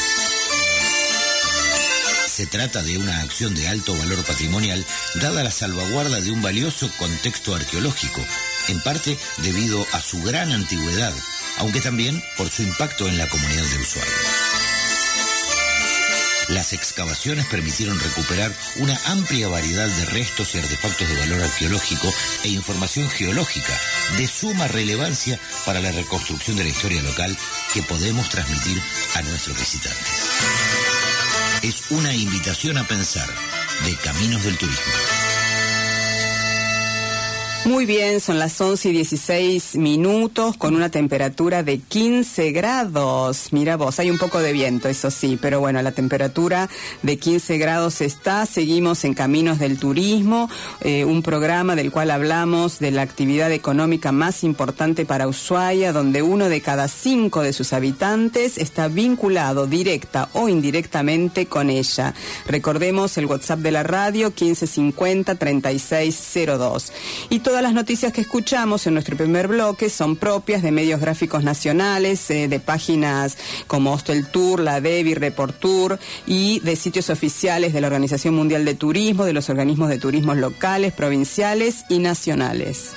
Se trata de una acción de alto valor patrimonial, dada la salvaguarda de un valioso contexto arqueológico, en parte debido a su gran antigüedad, aunque también por su impacto en la comunidad de Ushuaia. Las excavaciones permitieron recuperar una amplia variedad de restos y artefactos de valor arqueológico e información geológica de suma relevancia para la reconstrucción de la historia local que podemos transmitir a nuestros visitantes. Es una invitación a pensar de Caminos del Turismo. Muy bien, son las 11:16 con una temperatura de 15 grados. Mira vos, hay un poco de viento, eso sí, pero bueno, la temperatura de 15 grados está. Seguimos en Caminos del Turismo, un programa del cual hablamos de la actividad económica más importante para Ushuaia, donde 1 de cada 5 de sus habitantes está vinculado directa o indirectamente con ella. Recordemos el WhatsApp de la radio, 1550-3602. Y todas las noticias que escuchamos en nuestro primer bloque son propias de medios gráficos nacionales, de páginas como Hostel Tour, La Devi, Report Tour, y de sitios oficiales de la Organización Mundial de Turismo, de los organismos de turismo locales, provinciales y nacionales.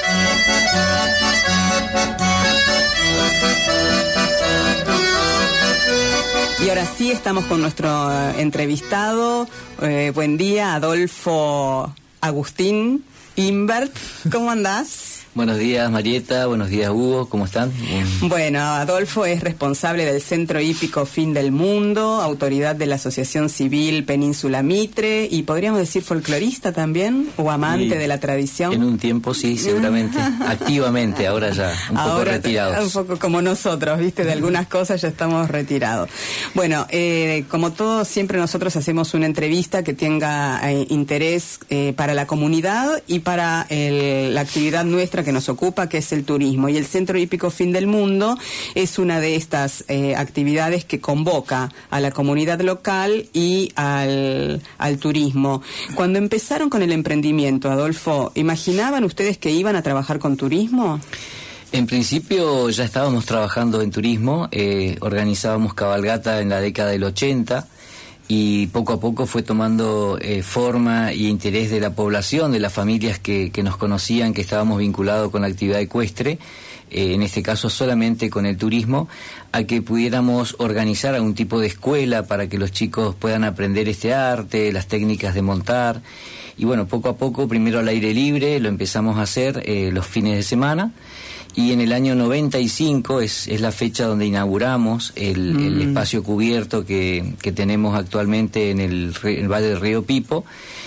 Y ahora sí estamos con nuestro entrevistado. Buen día, Adolfo Agustín Imbert. ¿Cómo andás? Buenos días, Marieta. Buenos días, Hugo. ¿Cómo están? Bueno, Adolfo es responsable del Centro Hípico Fin del Mundo, autoridad de la Asociación Civil Península Mitre y podríamos decir folclorista también o amante de la tradición. En un tiempo sí, seguramente. Activamente, ahora ya un poco retirados. Un poco como nosotros, ¿viste? De algunas cosas ya estamos retirados. Bueno, como todos, siempre nosotros hacemos una entrevista que tenga interés para la comunidad y para la actividad nuestra que nos ocupa, que es el turismo, y el Centro Hípico Fin del Mundo es una de estas actividades que convoca a la comunidad local y al turismo. Cuando empezaron con el emprendimiento, Adolfo, ¿imaginaban ustedes que iban a trabajar con turismo? En principio ya estábamos trabajando en turismo, organizábamos cabalgata en la década del 80 y poco a poco fue tomando forma y interés de la población, de las familias que nos conocían, que estábamos vinculados con la actividad ecuestre, en este caso solamente con el turismo, a que pudiéramos organizar algún tipo de escuela para que los chicos puedan aprender este arte, las técnicas de montar. Y bueno, poco a poco, primero al aire libre, lo empezamos a hacer los fines de semana. Y en el año 95 es la fecha donde inauguramos el espacio cubierto que tenemos actualmente en el Valle del Río Pipo.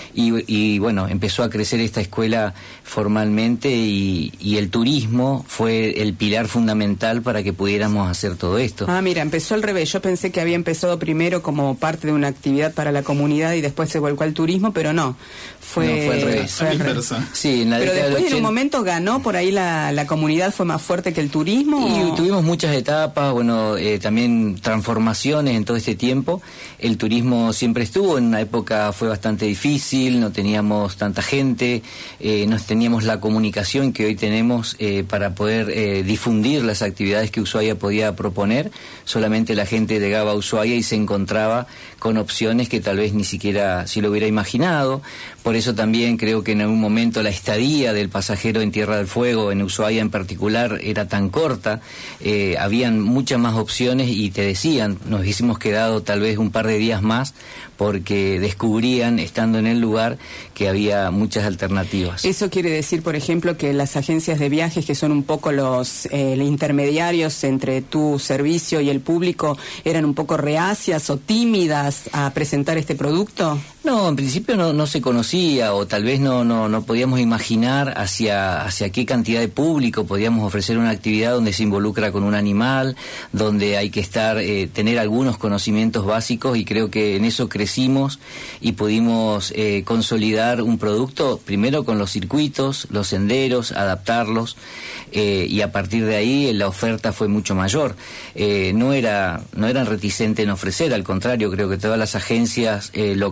Y bueno, empezó a crecer esta escuela formalmente y el turismo fue el pilar fundamental para que pudiéramos hacer todo esto. Ah, mira, empezó al revés. Yo pensé que había empezado primero como parte de una actividad para la comunidad y después se volcó al turismo, pero no. Fue al revés. Sí, en la pero década después del 80... en un momento ganó por ahí la comunidad, fue más fuerte que el turismo. Y tuvimos muchas etapas, bueno, también transformaciones en todo este tiempo. El turismo siempre estuvo, en una época fue bastante difícil, no teníamos tanta gente, no teníamos la comunicación que hoy tenemos para poder difundir las actividades que Ushuaia podía proponer. Solamente la gente llegaba a Ushuaia y se encontraba con opciones que tal vez ni siquiera si lo hubiera imaginado. Por eso también creo que en algún momento la estadía del pasajero en Tierra del Fuego, en Ushuaia en particular, era tan corta, habían muchas más opciones y te decían, nos hubiésemos quedado tal vez un par de días más porque descubrían, estando en el lugar, que había muchas alternativas. Eso quiere decir, por ejemplo, que las agencias de viajes, que son un poco los intermediarios entre tu servicio y el público, eran un poco reacias o tímidas a presentar este producto. No, en principio no se conocía, o tal vez no podíamos imaginar hacia qué cantidad de público podíamos ofrecer una actividad donde se involucra con un animal, donde hay que tener algunos conocimientos básicos, y creo que en eso crecimos y pudimos consolidar un producto, primero con los circuitos, los senderos, adaptarlos, y a partir de ahí la oferta fue mucho mayor. No eran reticentes en ofrecer, al contrario, creo que todas las agencias locales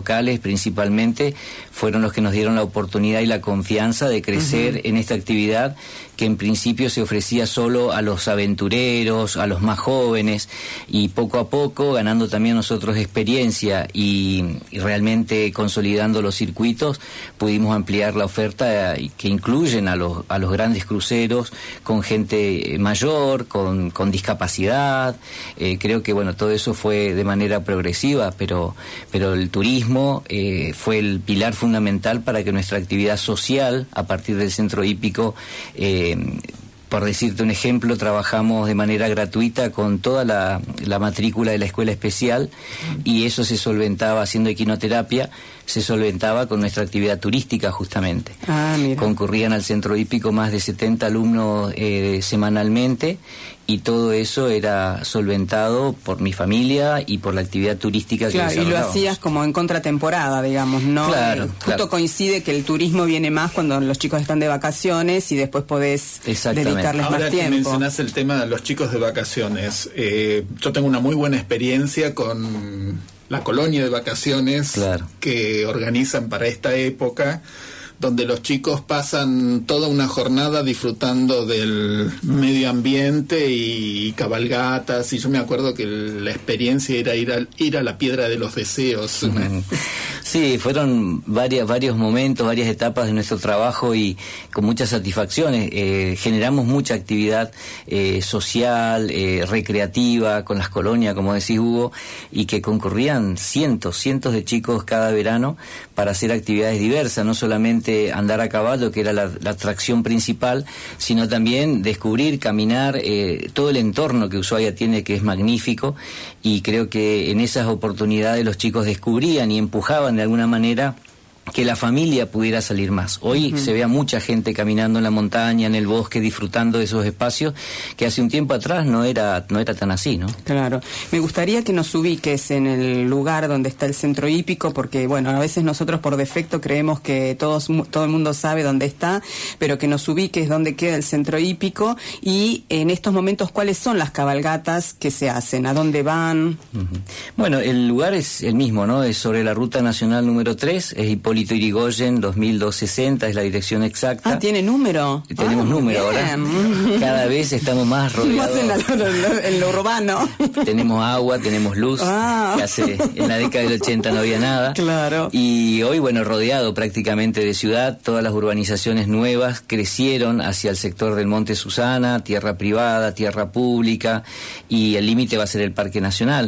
principalmente, fueron los que nos dieron la oportunidad y la confianza de crecer en esta actividad que en principio se ofrecía solo a los aventureros, a los más jóvenes, y poco a poco, ganando también nosotros experiencia y realmente consolidando los circuitos, pudimos ampliar la oferta que incluyen a los grandes cruceros con gente mayor, con discapacidad. Creo que bueno, todo eso fue de manera progresiva, pero el turismo fue el pilar fundamental para que nuestra actividad social, a partir del centro hípico, por decirte un ejemplo, trabajamos de manera gratuita con toda la matrícula de la escuela especial, y eso se solventaba haciendo equinoterapia, se solventaba con nuestra actividad turística justamente. Mira. Concurrían al centro hípico más de 70 alumnos semanalmente, y todo eso era solventado por mi familia y por la actividad turística que desarrollábamos. Y lo hacías como en contratemporada, digamos, ¿no? Claro, justo coincide que el turismo viene más cuando los chicos están de vacaciones y después podés dedicarles Ahora más tiempo. Ahora que mencionás el tema de los chicos de vacaciones, yo tengo una muy buena experiencia con la colonia de vacaciones que organizan para esta época, donde los chicos pasan toda una jornada disfrutando del medio ambiente y cabalgatas, y yo me acuerdo que la experiencia era ir a la Piedra de los Deseos. Sí, fueron varios momentos, varias etapas de nuestro trabajo, y con muchas satisfacciones. Generamos mucha actividad social, recreativa, con las colonias, como decís, Hugo, y que concurrían cientos de chicos cada verano para hacer actividades diversas, no solamente andar a caballo, que era la atracción principal, sino también descubrir, caminar, todo el entorno que Ushuaia tiene, que es magnífico, y creo que en esas oportunidades los chicos descubrían y empujaban de alguna manera que la familia pudiera salir más. Hoy se ve a mucha gente caminando en la montaña, en el bosque, disfrutando de esos espacios que hace un tiempo atrás no era tan así, ¿no? Claro. Me gustaría que nos ubiques en el lugar donde está el centro hípico, porque bueno, a veces nosotros por defecto creemos que todo el mundo sabe dónde está, pero que nos ubiques dónde queda el centro hípico, y en estos momentos cuáles son las cabalgatas que se hacen, a dónde van. Bueno, el lugar es el mismo, ¿no? Es sobre la ruta nacional número 3, es Hipólito Yrigoyen 2260, es la dirección exacta. ¿Tiene número? Tenemos número ahora. Cada vez estamos más rodeados. Más en lo urbano. Tenemos agua, tenemos luz. Que en la década del 80 no había nada. Claro. Y hoy, bueno, rodeado prácticamente de ciudad, todas las urbanizaciones nuevas crecieron hacia el sector del Monte Susana, tierra privada, tierra pública, y el límite va a ser el Parque Nacional.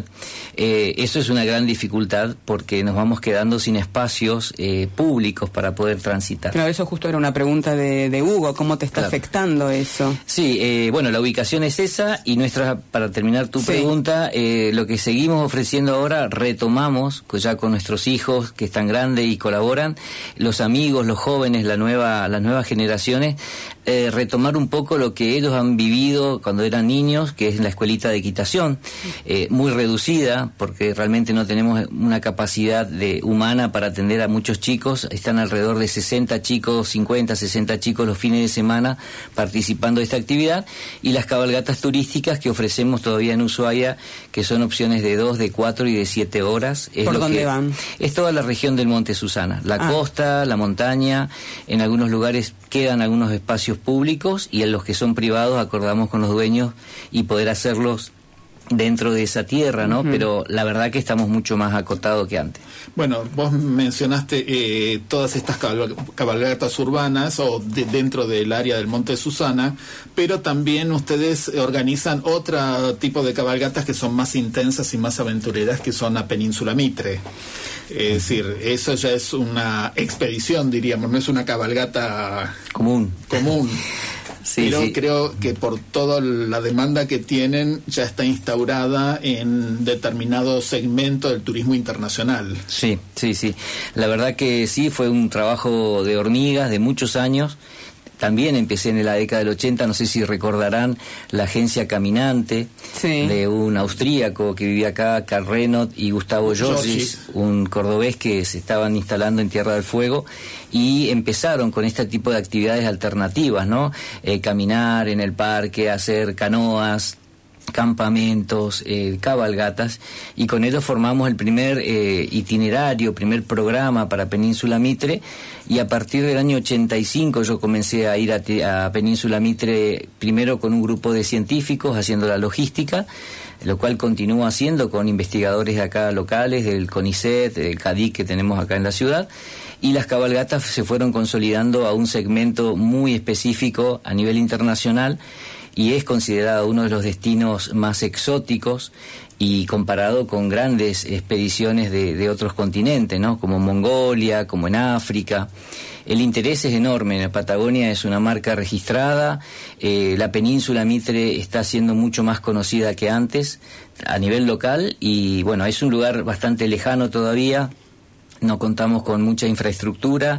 Eso es una gran dificultad porque nos vamos quedando sin espacios públicos para poder transitar. Claro, eso justo era una pregunta de Hugo, ¿cómo te está afectando eso? Sí, bueno, la ubicación es esa, y para terminar tu pregunta, lo que seguimos ofreciendo ahora, retomamos ya con nuestros hijos que están grandes y colaboran, los amigos, los jóvenes, las nuevas generaciones, retomar un poco lo que ellos han vivido cuando eran niños, que es la escuelita de equitación, muy reducida, porque realmente no tenemos una capacidad humana para atender a muchos chicos. Están alrededor de 60 chicos, 50, 60 chicos los fines de semana participando de esta actividad, y las cabalgatas turísticas que ofrecemos todavía en Ushuaia, que son opciones de 2, de 4 y de 7 horas. ¿Por dónde van? Es toda la región del Monte Susana, la costa, la montaña, en algunos lugares quedan algunos espacios públicos, y en los que son privados acordamos con los dueños y poder hacerlos dentro de esa tierra, ¿no? Pero la verdad que estamos mucho más acotados que antes. Bueno, vos mencionaste todas estas cabalgatas urbanas o dentro del área del Monte Susana, pero también ustedes organizan otro tipo de cabalgatas que son más intensas y más aventureras, que son a Península Mitre. Es decir, eso ya es una expedición, diríamos, no es una cabalgata común. Sí, pero creo que por toda la demanda que tienen ya está instaurada en determinado segmento del turismo internacional. Sí. La verdad que sí, fue un trabajo de hormigas de muchos años. También empecé en la década del 80, no sé si recordarán, la agencia Caminante, de un austríaco que vivía acá, Karl Renot, y Gustavo Giorgis, un cordobés que se estaban instalando en Tierra del Fuego, y empezaron con este tipo de actividades alternativas, ¿no? Caminar en el parque, hacer canoas, campamentos, cabalgatas, y con ellos formamos el primer itinerario, primer programa para Península Mitre, y a partir del año 85 yo comencé a ir a Península Mitre primero con un grupo de científicos haciendo la logística, lo cual continúo haciendo con investigadores de acá locales, del CONICET, del CADIC que tenemos acá en la ciudad, y las cabalgatas se fueron consolidando a un segmento muy específico a nivel internacional, y es considerado uno de los destinos más exóticos y comparado con grandes expediciones de otros continentes, ¿no? Como Mongolia, como en África. El interés es enorme. La Patagonia es una marca registrada, la península Mitre está siendo mucho más conocida que antes a nivel local, y bueno, es un lugar bastante lejano todavía. No contamos con mucha infraestructura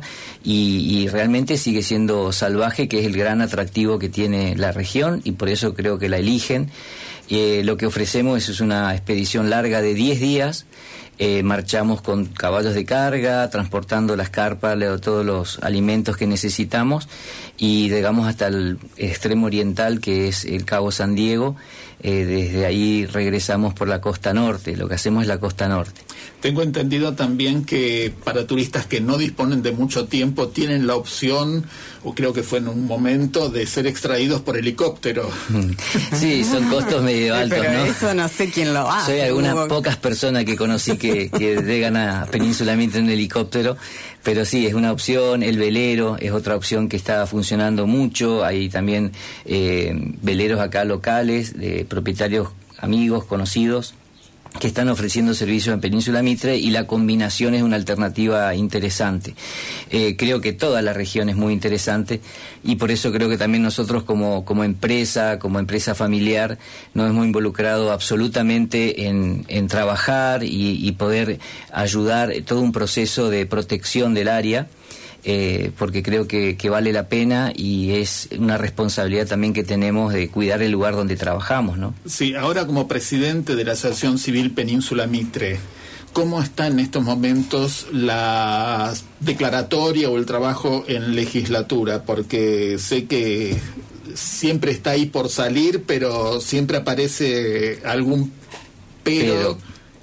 y realmente sigue siendo salvaje, que es el gran atractivo que tiene la región, y por eso creo que la eligen. Lo que ofrecemos es una expedición larga de 10 días. Marchamos con caballos de carga, transportando las carpas, todos los alimentos que necesitamos, y llegamos hasta el extremo oriental, que es el Cabo San Diego. Desde ahí regresamos por la costa norte. Lo que hacemos es la costa norte. Tengo entendido también que para turistas que no disponen de mucho tiempo tienen la opción, o creo que fue en un momento, de ser extraídos por helicóptero. Sí, son costos medio altos, pero ¿no? Eso no sé quién lo hace. Soy algunas pocas personas que conocí que llegan a Península Mitre en helicóptero, pero sí, es una opción. El velero es otra opción que está funcionando mucho. Hay también veleros acá locales, de propietarios, amigos, conocidos, que están ofreciendo servicios en Península Mitre, y la combinación es una alternativa interesante. Creo que toda la región es muy interesante, y por eso creo que también nosotros como empresa familiar, nos hemos involucrado absolutamente en trabajar y poder ayudar todo un proceso de protección del área. Porque creo que vale la pena, y es una responsabilidad también que tenemos de cuidar el lugar donde trabajamos, ¿no? Sí, ahora como presidente de la Asociación Civil Península Mitre, ¿cómo está en estos momentos la declaratoria o el trabajo en legislatura? Porque sé que siempre está ahí por salir, pero siempre aparece algún pero.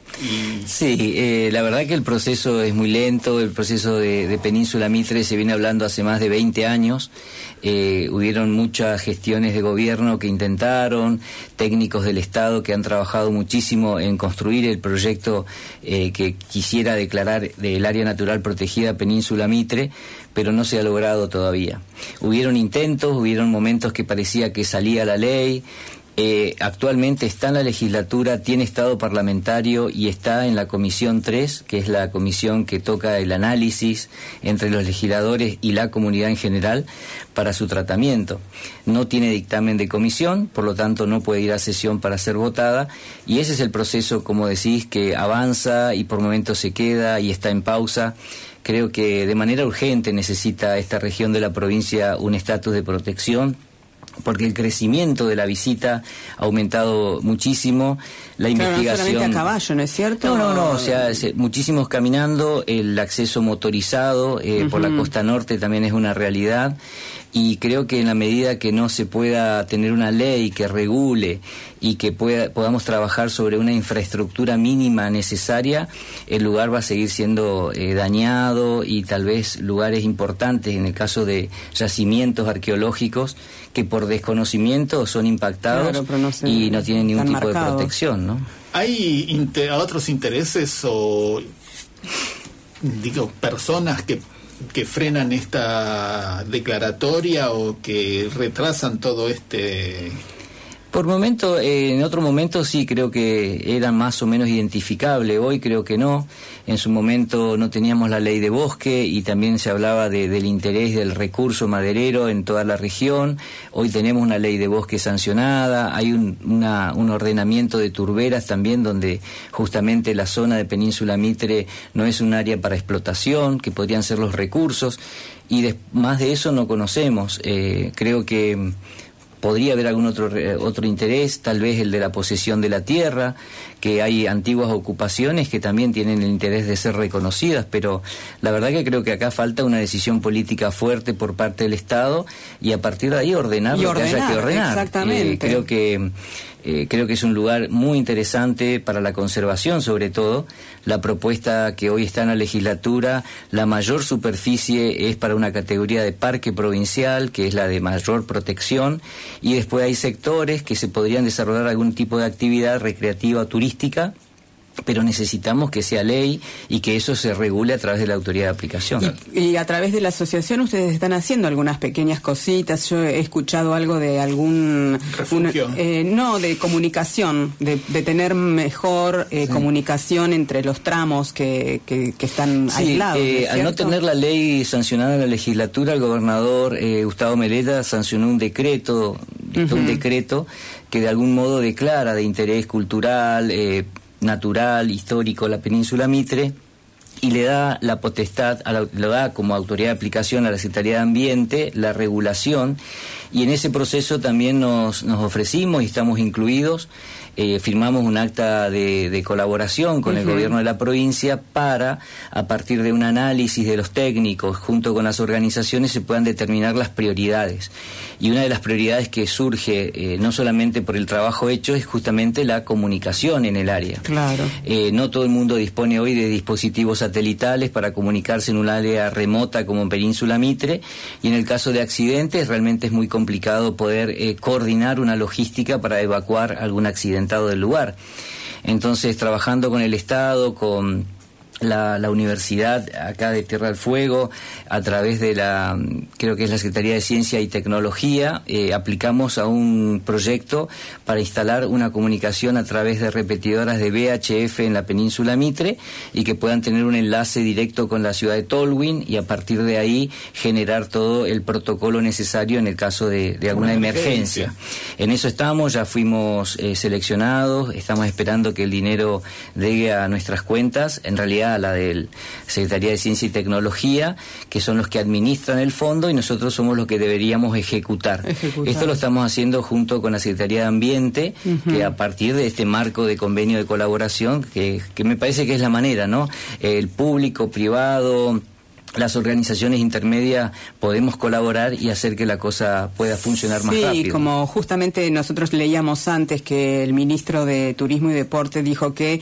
Sí, la verdad que el proceso es muy lento. El proceso de Península Mitre se viene hablando hace más de 20 años. Hubieron muchas gestiones de gobierno que intentaron, técnicos del Estado que han trabajado muchísimo en construir el proyecto que quisiera declarar del área natural protegida Península Mitre, pero no se ha logrado todavía. Hubieron intentos, hubieron momentos que parecía que salía la ley. Actualmente está en la legislatura, tiene estado parlamentario y está en la Comisión 3, que es la comisión que toca el análisis entre los legisladores y la comunidad en general para su tratamiento. No tiene dictamen de comisión, por lo tanto no puede ir a sesión para ser votada, y ese es el proceso, como decís, que avanza y por momentos se queda y está en pausa. Creo que de manera urgente necesita esta región de la provincia un estatus de protección, porque el crecimiento de la visita ha aumentado muchísimo, la investigación... No solamente a caballo, ¿no es cierto? No, o sea, muchísimos caminando, el acceso motorizado por la costa norte también es una realidad, y creo que en la medida que no se pueda tener una ley que regule y que podamos trabajar sobre una infraestructura mínima necesaria, el lugar va a seguir siendo dañado, y tal vez lugares importantes, en el caso de yacimientos arqueológicos, que por desconocimiento son impactados, claro, y no tienen ningún tipo de protección, ¿no? ¿Hay otros intereses o, personas que frenan esta declaratoria o que retrasan todo este...? Por momento, en otro momento sí creo que era más o menos identificable, hoy creo que no. En su momento no teníamos la ley de bosque y también se hablaba del interés del recurso maderero en toda la región. Hoy tenemos una ley de bosque sancionada, hay un ordenamiento de turberas también, donde justamente la zona de Península Mitre no es un área para explotación, que podrían ser los recursos, y más de eso no conocemos. Creo que podría haber algún otro interés, tal vez el de la posesión de la tierra, que hay antiguas ocupaciones que también tienen el interés de ser reconocidas, pero la verdad que creo que acá falta una decisión política fuerte por parte del Estado, y a partir de ahí ordenar lo que haya que ordenar. Exactamente. Creo que Creo que es un lugar muy interesante para la conservación, sobre todo. La propuesta que hoy está en la legislatura, la mayor superficie es para una categoría de parque provincial, que es la de mayor protección, y después hay sectores que se podrían desarrollar algún tipo de actividad recreativa o turística, pero necesitamos que sea ley y que eso se regule a través de la autoridad de aplicación. Y a través de la asociación ustedes están haciendo algunas pequeñas cositas. Yo he escuchado algo de algún... de comunicación, de tener mejor comunicación entre los tramos que están aislados. Al no tener la ley sancionada en la legislatura, el gobernador Gustavo Meleda sancionó un decreto, un decreto que de algún modo declara de interés cultural, natural, histórico, la península Mitre, y le da la potestad, lo da como autoridad de aplicación a la Secretaría de Ambiente, la regulación, y en ese proceso también nos ofrecimos y estamos incluidos. Firmamos un acta de colaboración con el gobierno de la provincia para, a partir de un análisis de los técnicos junto con las organizaciones, se puedan determinar las prioridades. Y una de las prioridades que surge, no solamente por el trabajo hecho, es justamente la comunicación en el área. Claro. No todo el mundo dispone hoy de dispositivos satelitales para comunicarse en un área remota como en Península Mitre, y en el caso de accidentes realmente es muy complicado poder coordinar una logística para evacuar algún accidentado del lugar. Entonces, trabajando con el Estado, con la universidad acá de Tierra del Fuego, a través de creo que es la Secretaría de Ciencia y Tecnología, aplicamos a un proyecto para instalar una comunicación a través de repetidoras de VHF en la península Mitre y que puedan tener un enlace directo con la ciudad de Tolwyn, y a partir de ahí generar todo el protocolo necesario en el caso de alguna emergencia. En eso estamos, ya fuimos seleccionados, estamos esperando que el dinero llegue a nuestras cuentas, en realidad a la del Secretaría de Ciencia y Tecnología, que son los que administran el fondo, y nosotros somos los que deberíamos ejecutar. Esto lo estamos haciendo junto con la Secretaría de Ambiente, que a partir de este marco de convenio de colaboración, que me parece que es la manera, ¿no? El público, privado, las organizaciones intermedias podemos colaborar y hacer que la cosa pueda funcionar más rápido. Sí, como justamente nosotros leíamos antes que el ministro de Turismo y Deporte dijo que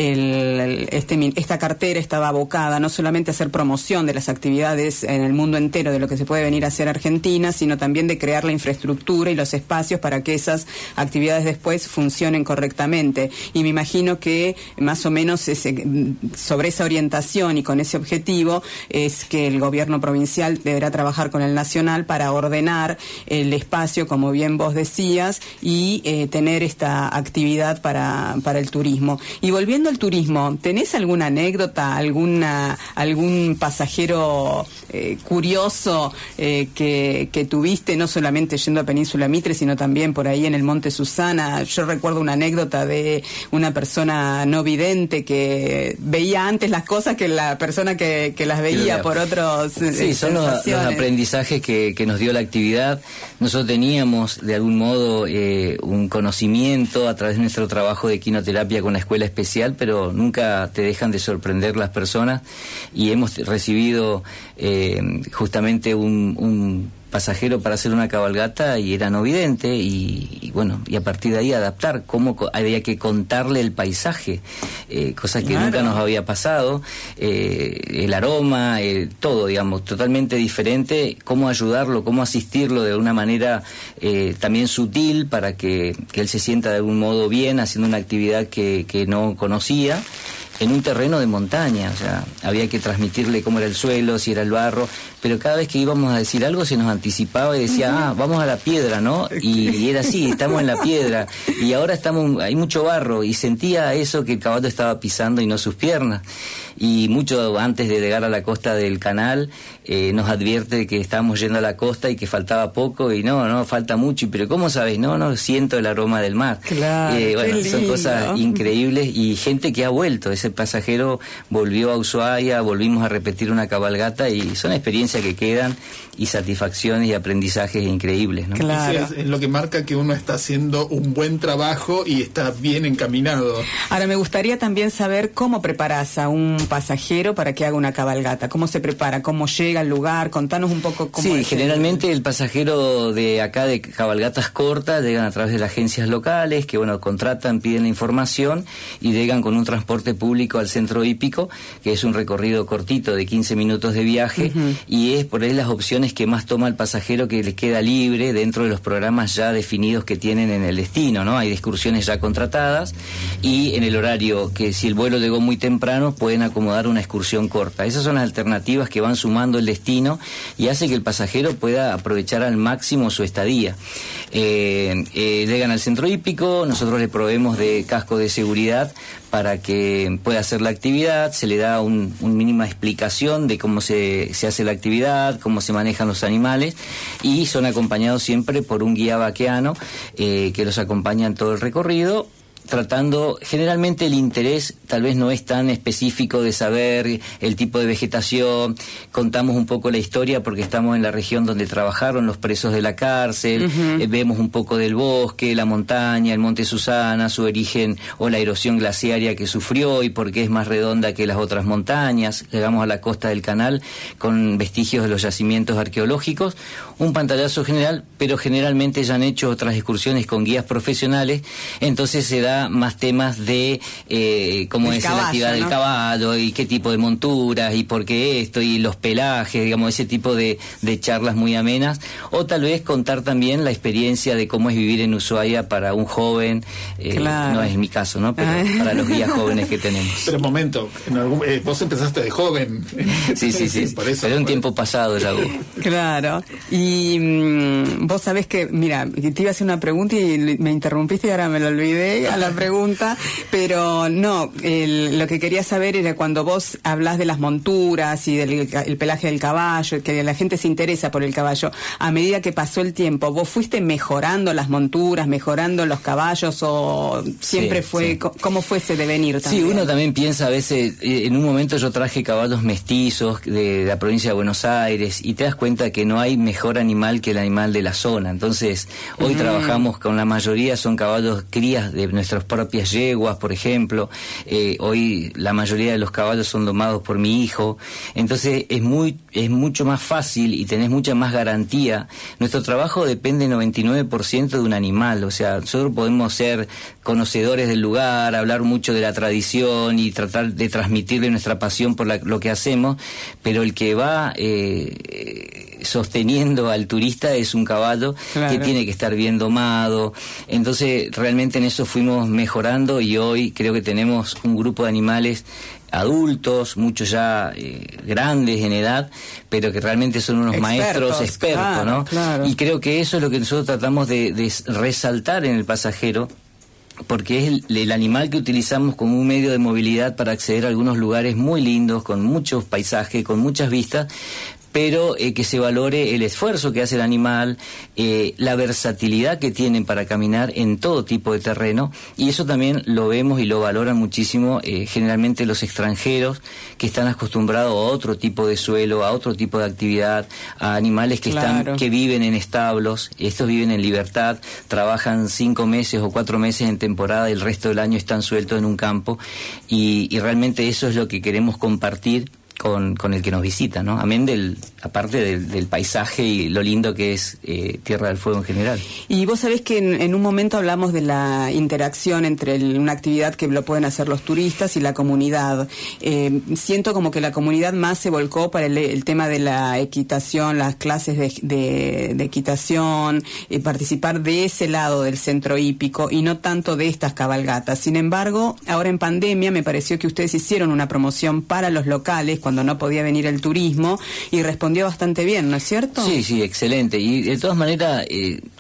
esta cartera estaba abocada no solamente a hacer promoción de las actividades en el mundo entero de lo que se puede venir a hacer Argentina, sino también de crear la infraestructura y los espacios para que esas actividades después funcionen correctamente. Y me imagino que más o menos sobre esa orientación y con ese objetivo es que el gobierno provincial deberá trabajar con el nacional para ordenar el espacio, como bien vos decías, y tener esta actividad para el turismo. Y volviendo al turismo, ¿tenés alguna anécdota, algún pasajero curioso que tuviste, no solamente yendo a Península Mitre, sino también por ahí en el Monte Susana? Yo recuerdo una anécdota de una persona no vidente que veía antes las cosas que la persona que las veía por otros. Sí, son los aprendizajes que nos dio la actividad. Nosotros teníamos de algún modo un conocimiento a través de nuestro trabajo de quinoterapia con la escuela especial, pero nunca te dejan de sorprender las personas, y hemos recibido justamente un pasajero para hacer una cabalgata y era no vidente, y bueno, y a partir de ahí adaptar cómo había que contarle el paisaje, cosa que nunca nos había pasado, el aroma, todo, digamos, totalmente diferente, cómo ayudarlo, cómo asistirlo de una manera también sutil para que él se sienta de algún modo bien haciendo una actividad que no conocía, en un terreno de montaña. O sea, había que transmitirle cómo era el suelo, si era el barro, pero cada vez que íbamos a decir algo se nos anticipaba y decía, vamos a la piedra, ¿no? Y era así, estamos en la piedra, y ahora hay mucho barro, y sentía eso que el caballo estaba pisando y no sus piernas. Y mucho antes de llegar a la costa del canal, nos advierte que estábamos yendo a la costa y que faltaba poco, y no, falta mucho. Pero ¿cómo sabes? No, siento el aroma del mar. Claro, bueno, son cosas increíbles, y gente que ha vuelto. Ese pasajero volvió a Ushuaia, volvimos a repetir una cabalgata, y son experiencias experiencia que quedan y satisfacciones y aprendizajes increíbles, ¿no? Claro. Sí, es lo que marca que uno está haciendo un buen trabajo y está bien encaminado. Ahora, me gustaría también saber cómo preparas a un pasajero para que haga una cabalgata. ¿Cómo se prepara? ¿Cómo llega al lugar? Contanos un poco cómo Sí, es. generalmente el pasajero de acá de cabalgatas cortas llegan a través de las agencias locales que, bueno, contratan, piden la información y llegan con un transporte público al centro hípico, que es un recorrido cortito de 15 minutos de viaje, y es por ahí las opciones que más toma el pasajero, que les queda libre dentro de los programas ya definidos que tienen en el destino, ¿no? Hay excursiones ya contratadas y en el horario que, si el vuelo llegó muy temprano, pueden acomodar una excursión corta. Esas son las alternativas que van sumando el destino y hace que el pasajero pueda aprovechar al máximo su estadía. Llegan al centro hípico, nosotros le proveemos de casco de seguridad para que pueda hacer la actividad, se le da una mínima explicación de cómo se hace la actividad, cómo se manejan los animales, y son acompañados siempre por un guía vaqueano que los acompaña en todo el recorrido, tratando, generalmente el interés tal vez no es tan específico de saber el tipo de vegetación. Contamos un poco la historia porque estamos en la región donde trabajaron los presos de la cárcel, vemos un poco del bosque, la montaña, el monte Susana, su origen o la erosión glaciaria que sufrió y por qué es más redonda que las otras montañas. Llegamos a la costa del canal con vestigios de los yacimientos arqueológicos, un pantallazo general, pero generalmente ya han hecho otras excursiones con guías profesionales, entonces se da más temas de cómo es la actividad, ¿no?, del caballo y qué tipo de monturas y por qué esto y los pelajes, digamos, ese tipo de charlas muy amenas, o tal vez contar también la experiencia de cómo es vivir en Ushuaia para un joven, claro. No es mi caso, ¿no? Pero para los guías jóvenes que tenemos. Pero un momento, vos empezaste de joven. Sí. Por eso, pero un tiempo pasado ya hubo. Claro. Y vos sabés que, mira, te iba a hacer una pregunta y me interrumpiste y ahora me lo olvidé a la pregunta, pero no, lo que quería saber era cuando vos hablás de las monturas y del el pelaje del caballo, que la gente se interesa por el caballo, a medida que pasó el tiempo, ¿vos fuiste mejorando las monturas, mejorando los caballos o siempre fue, cómo fue ese devenir también? Sí, uno también piensa a veces, en un momento yo traje caballos mestizos de la provincia de Buenos Aires y te das cuenta que no hay mejor animal que el animal de la zona, entonces hoy trabajamos con la mayoría, son caballos crías de nuestras propias yeguas, por ejemplo. Hoy la mayoría de los caballos son domados por mi hijo, entonces es mucho más fácil y tenés mucha más garantía. Nuestro trabajo depende 99% de un animal, o sea, nosotros podemos ser conocedores del lugar, hablar mucho de la tradición y tratar de transmitirle nuestra pasión por lo que hacemos, pero el que va sosteniendo al turista es un caballo, claro, que tiene que estar bien domado. Entonces realmente en eso fuimos mejorando y hoy creo que tenemos un grupo de animales adultos, muchos ya grandes en edad, pero que realmente son unos maestros expertos, claro, ¿no? Claro. Y creo que eso es lo que nosotros tratamos de resaltar en el pasajero, porque es el animal que utilizamos como un medio de movilidad para acceder a algunos lugares muy lindos, con muchos paisajes, con muchas vistas, pero que se valore el esfuerzo que hace el animal, la versatilidad que tienen para caminar en todo tipo de terreno, y eso también lo vemos y lo valoran muchísimo generalmente los extranjeros que están acostumbrados a otro tipo de suelo, a otro tipo de actividad, a animales que que viven en establos. Estos viven en libertad, trabajan 5 meses o 4 meses en temporada y el resto del año están sueltos en un campo, y realmente eso es lo que queremos compartir con el que nos visita, ¿no? Amén aparte del paisaje y lo lindo que es Tierra del Fuego en general. Y vos sabés que en un momento hablamos de la interacción entre una actividad que lo pueden hacer los turistas y la comunidad. Siento como que la comunidad más se volcó para el tema de la equitación, las clases de equitación, participar de ese lado del centro hípico y no tanto de estas cabalgatas. Sin embargo, ahora en pandemia me pareció que ustedes hicieron una promoción para los locales cuando no podía venir el turismo y respondió bastante bien, ¿no es cierto? Sí, excelente. Y de todas maneras,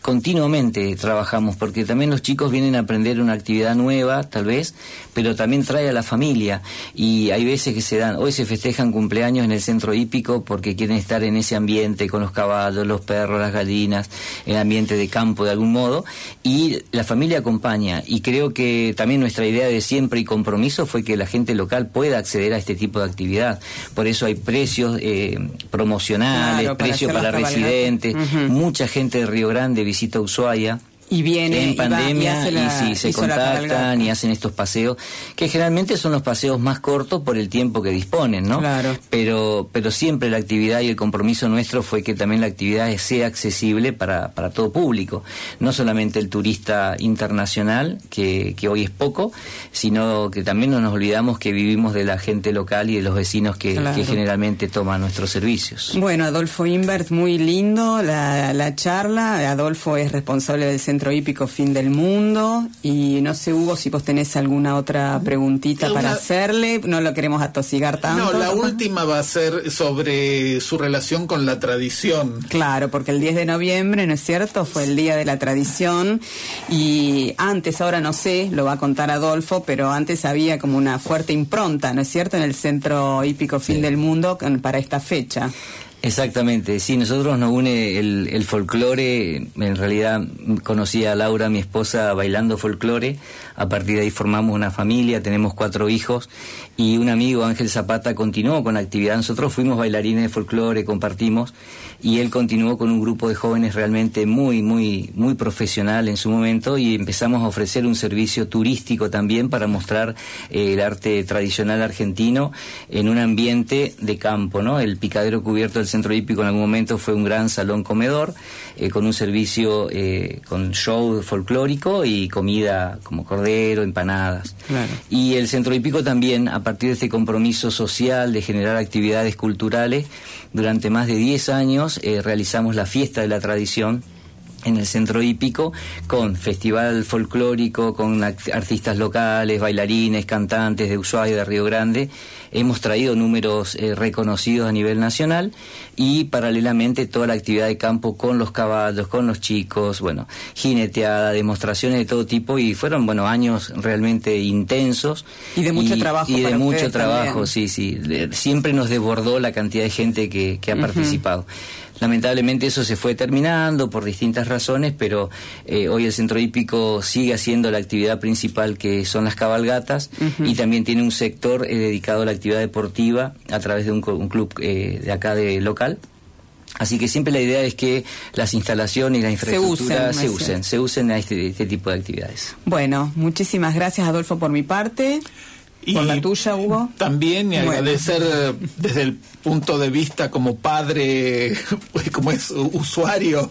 continuamente trabajamos, porque también los chicos vienen a aprender una actividad nueva, tal vez, pero también trae a la familia, y hay veces que hoy se festejan cumpleaños en el centro hípico porque quieren estar en ese ambiente con los caballos, los perros, las gallinas, el ambiente de campo de algún modo, y la familia acompaña, y creo que también nuestra idea de siempre y compromiso fue que la gente local pueda acceder a este tipo de actividad. Por eso hay precios promocionales, claro, precios para residentes. Mucha gente de Río Grande visita Ushuaia y viene en pandemia y se contactan y hacen estos paseos, que generalmente son los paseos más cortos por el tiempo que disponen, ¿no? Claro. Pero siempre la actividad y el compromiso nuestro fue que también la actividad sea accesible para todo público, no solamente el turista internacional, que hoy es poco, sino que también no nos olvidamos que vivimos de la gente local y de los vecinos que generalmente toman nuestros servicios. Bueno, Adolfo Imbert, muy lindo la charla. Adolfo es responsable del Centro Hípico Fin del Mundo, y no sé, Hugo, si vos tenés alguna otra preguntita para hacerle, no lo queremos atosigar tanto. No, la última va a ser sobre su relación con la tradición. Claro, porque el 10 de noviembre, ¿no es cierto?, fue el Día de la Tradición, y antes, ahora no sé, lo va a contar Adolfo, pero antes había como una fuerte impronta, ¿no es cierto?, en el Centro Hípico Fin del Mundo para esta fecha. Exactamente, sí, nosotros nos une el folclore. En realidad conocí a Laura, mi esposa, bailando folclore. A partir de ahí formamos una familia, tenemos 4 hijos, y un amigo, Ángel Zapata, continuó con la actividad. Nosotros fuimos bailarines de folclore, compartimos, y él continuó con un grupo de jóvenes realmente muy profesional en su momento, y empezamos a ofrecer un servicio turístico también para mostrar el arte tradicional argentino en un ambiente de campo, ¿no? El picadero cubierto del Centro Hípico en algún momento fue un gran salón comedor, con un servicio con show folclórico y comida como cordero, empanadas. Claro. Y el Centro Hípico también, a partir de este compromiso social de generar actividades culturales, durante más de 10 años realizamos la Fiesta de la Tradición en el Centro Hípico, con festival folclórico, con artistas locales, bailarines, cantantes de Ushuaia, de Río Grande. Hemos traído números reconocidos a nivel nacional, y paralelamente toda la actividad de campo con los caballos, con los chicos, bueno, jineteada, demostraciones de todo tipo, y fueron, años realmente intensos. Y de mucho trabajo. Y de mucho trabajo, también. sí. Siempre nos desbordó la cantidad de gente que ha participado. Lamentablemente eso se fue terminando por distintas razones, pero hoy el Centro Hípico sigue haciendo la actividad principal, que son las cabalgatas, y también tiene un sector dedicado a la actividad deportiva a través de un club de acá de local. Así que siempre la idea es que las instalaciones y la infraestructura se usen a este tipo de actividades. Bueno, muchísimas gracias, Adolfo, por mi parte. Y por la tuya, Hugo. También agradecer desde el punto de vista como padre, como es usuario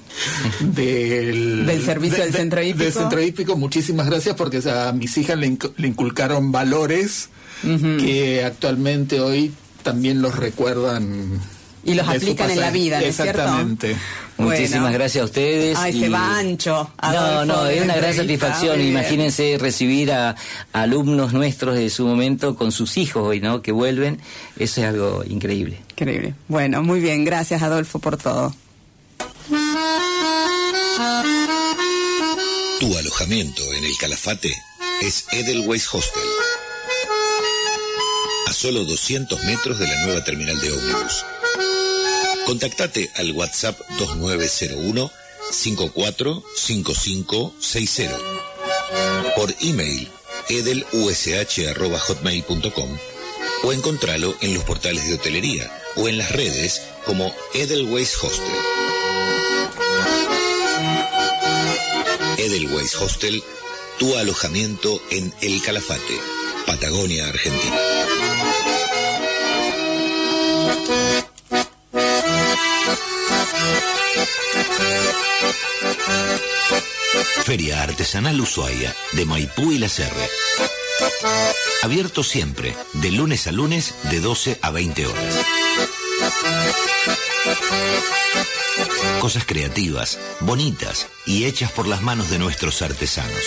del servicio del Centro Hípico. Del Centro Hípico, muchísimas gracias, porque a mis hijas le inculcaron valores que actualmente hoy también los recuerdan. Y los aplican en la vida, ¿no es cierto? Exactamente. Muchísimas gracias a ustedes. Ay, se va ancho. No, es una gran satisfacción. Imagínense recibir a alumnos nuestros de su momento con sus hijos hoy, ¿no? Que vuelven. Eso es algo increíble. Increíble. Bueno, muy bien. Gracias, Adolfo, por todo. Tu alojamiento en el Calafate es Edelweiss Hostel. A solo 200 metros de la nueva terminal de ómnibus. Contactate al WhatsApp 2901-545560. Por email edelush@hotmail.com, o encontralo en los portales de hotelería o en las redes como Edelweiss Hostel. Edelweiss Hostel, tu alojamiento en El Calafate, Patagonia, Argentina. Feria Artesanal Ushuaia, de Maipú y La Serre. Abierto siempre, de lunes a lunes, de 12 a 20 horas. Cosas creativas, bonitas y hechas por las manos de nuestros artesanos.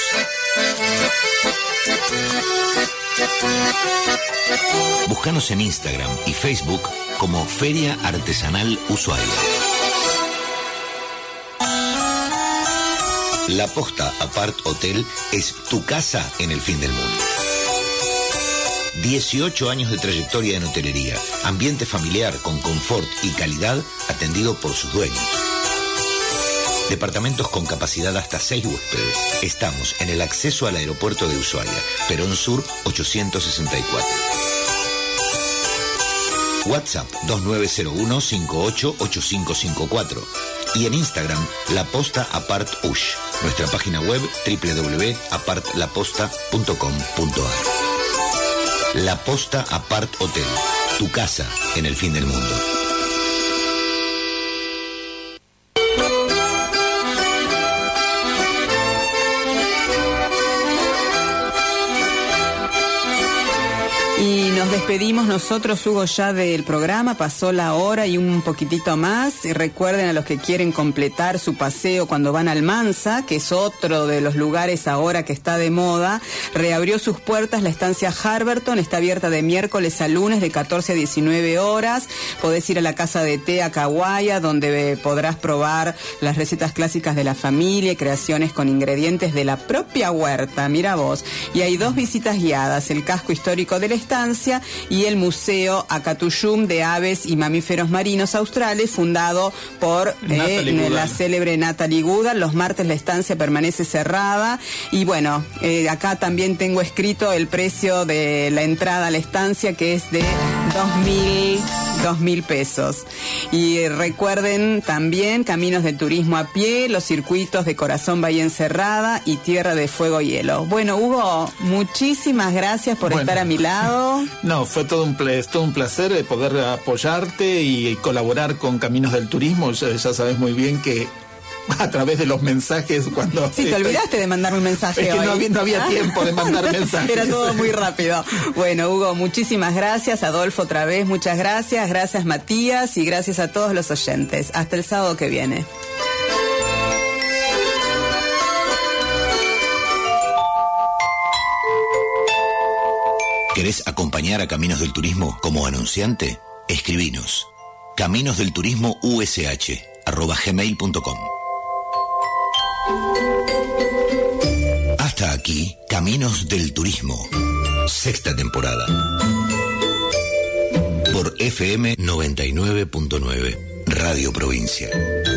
Búscanos en Instagram y Facebook como Feria Artesanal Ushuaia. La Posta Apart Hotel es tu casa en el fin del mundo. 18 años de trayectoria en hotelería, ambiente familiar con confort y calidad atendido por sus dueños. Departamentos con capacidad hasta 6 huéspedes. Estamos en el acceso al aeropuerto de Ushuaia, Perón Sur 864. WhatsApp 2901-588554 y en Instagram La Posta Apart Ush. Nuestra página web www.apartlaposta.com.ar. La Posta Apart Hotel, tu casa en el fin del mundo. Y nos despedimos nosotros, Hugo, ya del programa. Pasó la hora y un poquitito más. Y recuerden a los que quieren completar su paseo cuando van al Mansa, que es otro de los lugares ahora que está de moda. Reabrió sus puertas la estancia Harberton. Está abierta de miércoles a lunes de 14 a 19 horas. Podés ir a la casa de té Acahuaya, donde podrás probar las recetas clásicas de la familia y creaciones con ingredientes de la propia huerta. Mira vos. Y hay 2 visitas guiadas: el casco histórico de la estancia y el Museo Acatuyum de Aves y Mamíferos Marinos Australes, fundado por la célebre Natalie Goodall. Los martes la estancia permanece cerrada. Y bueno, acá también tengo escrito el precio de la entrada a la estancia, que es de 2.000 pesos. Y recuerden también Caminos del Turismo a pie, los circuitos de Corazón Bahía Encerrada y Tierra de Fuego y Hielo. Bueno, Hugo, muchísimas gracias por estar a mi lado. No, fue todo un placer poder apoyarte y colaborar con Caminos del Turismo. Ya sabes muy bien que a través de los mensajes cuando... Sí, te olvidaste de mandarme un mensaje. Es que hoy. no había tiempo de mandar mensajes. Era todo muy rápido. Bueno, Hugo, muchísimas gracias. Adolfo, otra vez, muchas gracias. Gracias, Matías, y gracias a todos los oyentes. Hasta el sábado que viene. ¿Querés acompañar a Caminos del Turismo como anunciante? Escribinos caminosdelturismoush@gmail.com. Hasta aquí, Caminos del Turismo, 6ª temporada. Por FM 99.9, Radio Provincia.